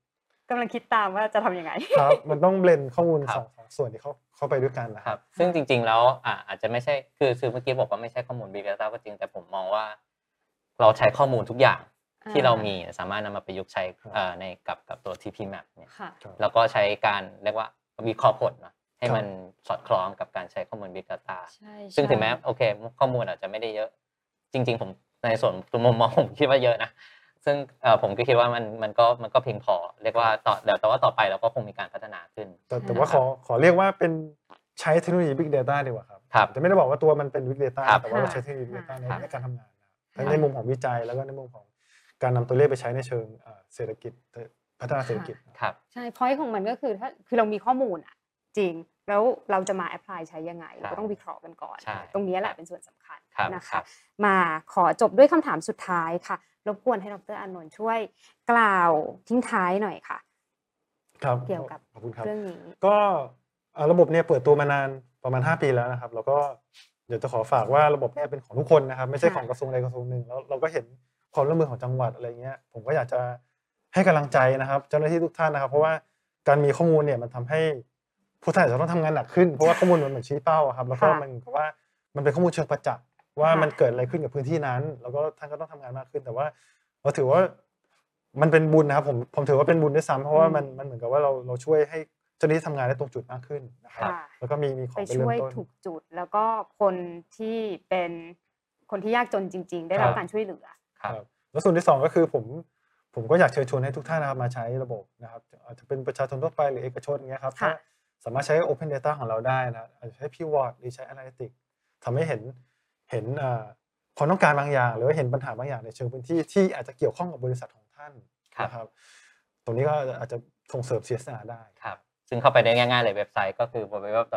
ำลังคิดตามว่าจะทำยังไงครับมันต้องเบลนข้อมูลครับสองส่วนที่เข้าไปด้วยกันนะคครัรับบ ซึ่งจริงๆแล้วอาจจะไม่ใช่คือเมื่อกี้บอกว่าไม่ใช่ข้อมูล Big Data ก็จริงแต่ผมมองว่า เราใช้ข้อมูลทุกอย่างที่เรามีสามารถนำมาประยุกต์ใช้ในกับตัว TP-Map เนี่ยค่ะแล้วก็ใช้การเรียกว่าวิเคราะห์ผลเนาะให้ครับมันสอดคล้องกับการใช้ข้อมูล Big Data ใช่ซึ่งถึงแม้โอเคข้อมูลอาจจะไม่ได้เยอะ จริงๆผมในส่วนตัวมุมมองผมคิดว่าเยอะนะซึ่งผมก็คิดว่ามันก็เพียงพอเรียกว่าแต่ว่าต่อไปเราก็คงมีการพัฒนาขึ้นแต่ว่าขอเรียกว่าเป็นใช้เทคโนโลยี Big Data ดีกว่าครับครับแต่ไม่ได้บอกว่าตัวมันเป็น Big Data ครับแต่ว่าเราใช้เทคโนโลยี Big ค่ะ Data ในครับการทำงานนะครับทั้งในมุมของวิจัยแล้วก็ในมุมของการนำตัวเลขไปใช้ในเชิงเศรษฐกิจพัฒนาเศรษฐกิจครับใช่ point ของมันก็คือคือเรามีข้อมูลอะจริง แล้วเราจะมา apply ใช้ยังไง เราก็ต้องวิเคราะห์กันก่อนใช่ตรงนี้แหละเป็นส่วนสำคัญครับนะครัคะบมาขอจบด้วยคำถามสุดท้ายค่ะ รบกวนให้ดรอานนท์ช่วยกล่าวทิ้งท้ายหน่อยค่ะครับเกี่ยวกับขอบคุณครับเรื่องนี้ก็ระบบเนี่ยเปิดตัวมานานประมาณ5 ปีแล้วนะครับแล้วก็เดี๋ยวจะขอฝากว่าระบบเนี่ยเป็นของทุกคนนะครับไม่ใช่ค่ะของกระทรวงใดกระทรวงหนึ่งแล้วเราก็เห็นความร่วมมือของจังหวัดอะไรเงี้ยผมก็อยากจะให้กำลังใจนะครับเจ้าหน้าที่ทุกท่านนะครับเพราะว่าการมีข้อมูลเนี่ยมันทำให้ผู้ท่านอาจจะต้องทำงานหนักขึ้นเพราะว่าข้อมูลมันเหมือนชี้เป้าอะครับแล้วก็ค่ะมันก็ว่ามันเป็นข้อมูลเชิงประจักษ์ว่าค่ะมันเกิดอะไรขึ้นกับพื้นที่นั้น แล้วก็ท่านก็ต้องทำงานมากขึ้น แต่ว่าเราถือว่ามันเป็นบุญนะครับผมถือว่าเป็นบุญด้วยซ้ำเพราะว่ามันเหมือนกับว่าเราช่วยให้เจ้าหน้าที่ทำงานได้ตรงจุดมากขึ้นนะครับค่ะแล้วก็มีของไปไปเริ่ช่มวยต้นถูกจุด แล้วก็คนที่เป็นคนที่ยากจนจริง ๆ ได้รับครับการช่วยเหลือครับแล้วส่วนที่2ก็คือผมก็อยากเชิญชวนให้ทุกท่านนะครับมาใช้ระบบนะครับอาจจะเป็นประชาชนทั่วไปหรือเอกชนอย่างเงี้ยครับค่ะถ้าสามารถใช้ Open Data ของเราได้นะอาจจะใช้ Pivot หรือใช้ Analytics ทำให้เห็นความต้องการบางอย่างหรือว่าเห็นปัญหาบางอย่างในเชิงพื้นที่ที่อาจจะเกี่ยวข้องกับบริษัทของท่านครับนะครับตรงนี้ก็อาจจะส่งเสริม CSR ได้ครับ ซึ่งเข้าไปได้ง่ายๆเลยเว็บไซต์ก็คือ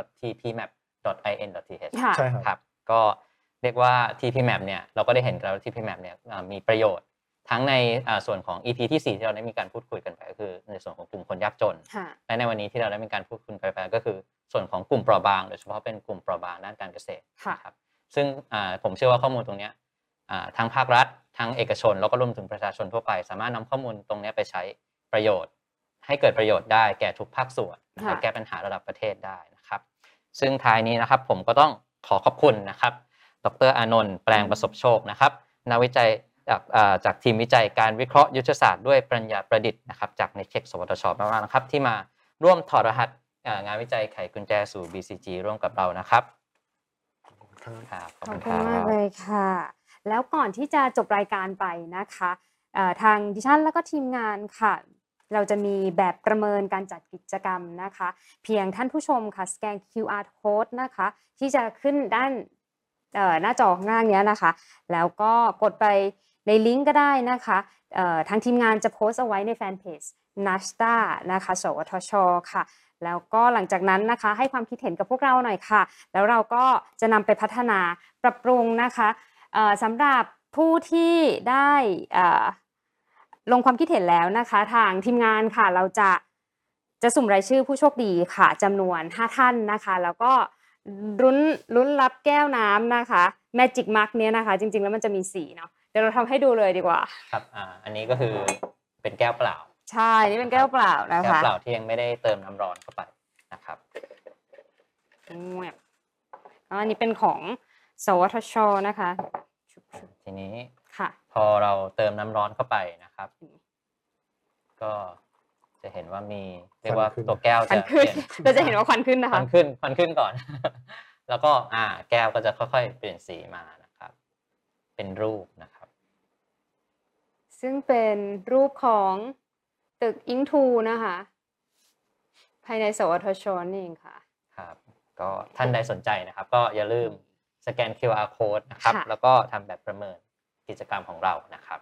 www.tpmap.in.th ค่ะใช่ครับครับก็เรียกว่า TP-Map เนี่ยเราก็ได้เห็นกันแล้วว่า TP-Map เนี่ยมีประโยชน์ทั้งในส่วนของ EP ที่ 4 ที่เราได้มีการพูดคุยกันไปก็คือในส่วนของกลุ่มคนยากจนค่ะและในวันนี้ที่เราได้มีการพูดคุยไปก็คือส่วนของกลุ่มเปราะบางโดยเฉพาะเป็นกลุ่มเปราะบางด้านการเกษตรค่ะนะครับซึ่งผมเชื่อว่าข้อมูลตรงเนี้ยทั้งภาครัฐทั้งเอกชนแล้วก็รวมถึงประชาชนทั่วไปสามารถนำข้อมูลตรงเนี้ยไปใช้ประโยชน์ ให้เกิดประโยชน์ได้แก่ทุกภาคส่วนนะครับค่ะแก้ปัญหาระดับประเทศได้นะครับ ซึ่งท้ายนี้นะครับผมก็ต้องขอขอบคุณนะครับดร.อานนท์แปลงประสบโชคนะครับนักวิจัยจากทีมวิจัยการวิเคราะห์ยุทธศาสตร์ด้วยปรัญญาประดิษฐ์นะครับจากในเทคสวทช.มากๆนะครับที่มาร่วมถอดรหัสงานวิจัยไขกุญแจสู่ BCG ร่วมกับเรานะครับครับขอบขอคุบณคุคณรับมากเลยค่ะ แล้วก่อนที่จะจบรายการไปนะคะทางดิฉันแล้วก็ทีมงานค่ะเราจะมีแบบประเมินการจัดกิจกรรมนะคะเพียงท่านผู้ชมค่ะสแกน QR code นะคะที่จะขึ้นด้านหน้าจอข้างล่างเนี้ยนะคะแล้วก็กดไปในลิงก์ก็ได้นะคะทางทีมงานจะโพสต์เอาไว้ในแฟนเพจ NASDA นะคะสวทชค่ะแล้วก็หลังจากนั้นนะคะให้ความคิดเห็นกับพวกเราหน่อยค่ะแล้วเราก็จะนำไปพัฒนาปรับปรุงนะคะสำหรับผู้ที่ได้ลงความคิดเห็นแล้วนะคะทางทีมงานค่ะเราจะสุ่มรายชื่อผู้โชคดีค่ะจำนวน5ท่านนะคะแล้วก็ลุ้นรับแก้วน้ำนะคะ Magic Mug เนี้ยนะคะจริงๆแล้วมันจะมีสีเนาะเดี๋ยวเราทำให้ดูเลยดีกว่าครับอันนี้ก็คือเป็นแก้วเปล่าใช่นี่เป็นแก้วเปล่านะคะแก้วเปล่าที่ยังไม่ได้เติมน้ำร้อนเข้าไปนะครับอันนี้เป็นของสวทชนะคะทีนี้ค่ะพอเราเติมน้ำร้อนเข้าไปนะครับก็จะเห็นว่ามีเรียกว่าตัวแก้วจะเปลี่ยนเราจะเห็นว่าควันขึ้นนะคะควันขึ้นก่อน แล้วก็แก้วก็จะค่อยๆเปลี่ยนสีมานะครับเป็นรูปนะครับซึ่งเป็นรูปของตึกอิงทูนะคะภายในสวทชนี่เองค่ะครับก็ท่านใดสนใจนะครับก็อย่าลืมสแกน QR code นะครับแล้วก็ทำแบบประเมินกิจกรรมของเรานะครับ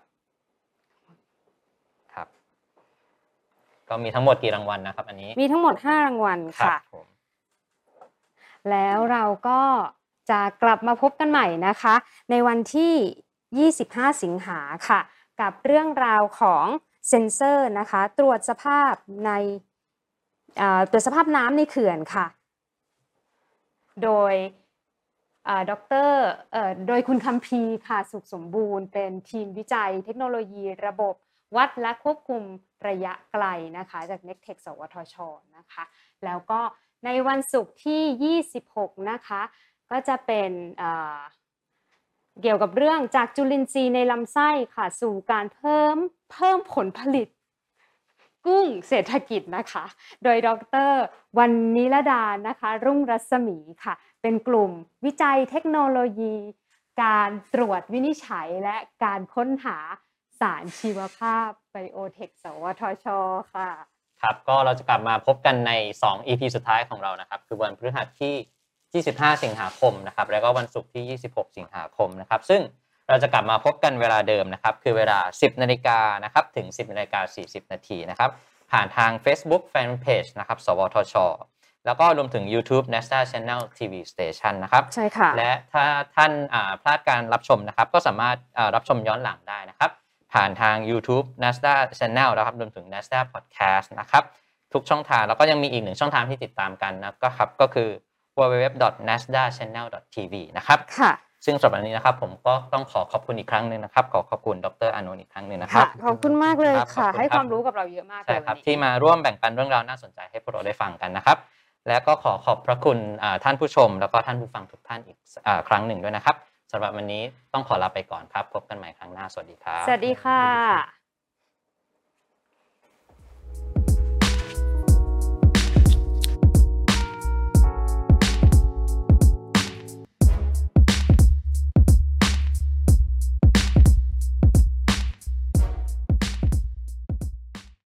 ครับก็มีทั้งหมดกี่รางวัลนะครับอันนี้มีทั้งหมด5รางวัลค่ะแล้วเราก็จะกลับมาพบกันใหม่นะคะในวันที่25สิงหาค่ะกับเรื่องราวของเซ็นเซอร์นะคะตรวจสภาพน้ำในเขื่อนค่ะโดยโดยคุณคัมภีร์ค่ะสุขสมบูรณ์เป็นทีมวิจัยเทคโนโลยีระบบวัดและควบคุมระยะไกลนะคะจาก NECTEC สวทชนะคะแล้วก็ในวันศุกร์ที่26นะคะก็จะเป็นเกี่ยวกับเรื่องจากจุลินทรีย์ในลำไส้ค่ะสู่การเพิ่มผลผลิตกุ้งเศรษฐกิจนะคะโดยดร.วรรณิรดานะคะรุ่งรัศมีค่ะเป็นกลุ่มวิจัยเทคโนโลยีการตรวจวินิจฉัยและการค้นหาสารชีวภาพไบโอเทคสวทชค่ะครับก็เราจะกลับมาพบกันใน2 EP สุดท้ายของเรานะครับคือวันพฤหัสที่25สิงหาคมนะครับแล้วก็วันศุกร์ที่26สิงหาคมนะครับซึ่งเราจะกลับมาพบกันเวลาเดิมนะครับคือเวลา 10 นาฬิกานะครับถึง 10 นาฬิกา 40 นาทีนะครับผ่านทาง Facebook Fanpage นะครับสวทชแล้วก็รวมถึง YouTube NASDA Channel TV Station นะครับใช่ค่ะและถ้าท่านพลาดการรับชมนะครับก็สามารถรับชมย้อนหลังได้นะครับผ่านทาง YouTube NASDA Channel นะครับรวมถึง NASDA Podcast นะครับทุกช่องทางแล้วก็ยังมีอีก1ช่องทางที่ติดตามกันนะครับก็คือ www.nasdachannel.tv นะครับค่ะซึ่งสำหรับวันนี้นะครับผมก็ต้องขอบคุณอีกครั้งนึงนะครับขอบคุณดร.อานนท์อีกครั้งนึงนะครับขอบคุณมากเลยค่ะให้ความรู้กับเราเยอะมากเลยครับที่มาร่วมแบ่งปันเรื่องราวน่าสนใจให้พวกเราได้ฟังกันนะครับและก็ขอบพระคุณท่านผู้ชมแล้วก็ท่านผู้ฟังทุกท่านอีกครั้งหนึ่งด้วยนะครับสำหรับวันนี้ต้องขอลาไปก่อนครับพบกันใหม่ครั้งหน้าสวัสดีครับสวัสดีค่ะ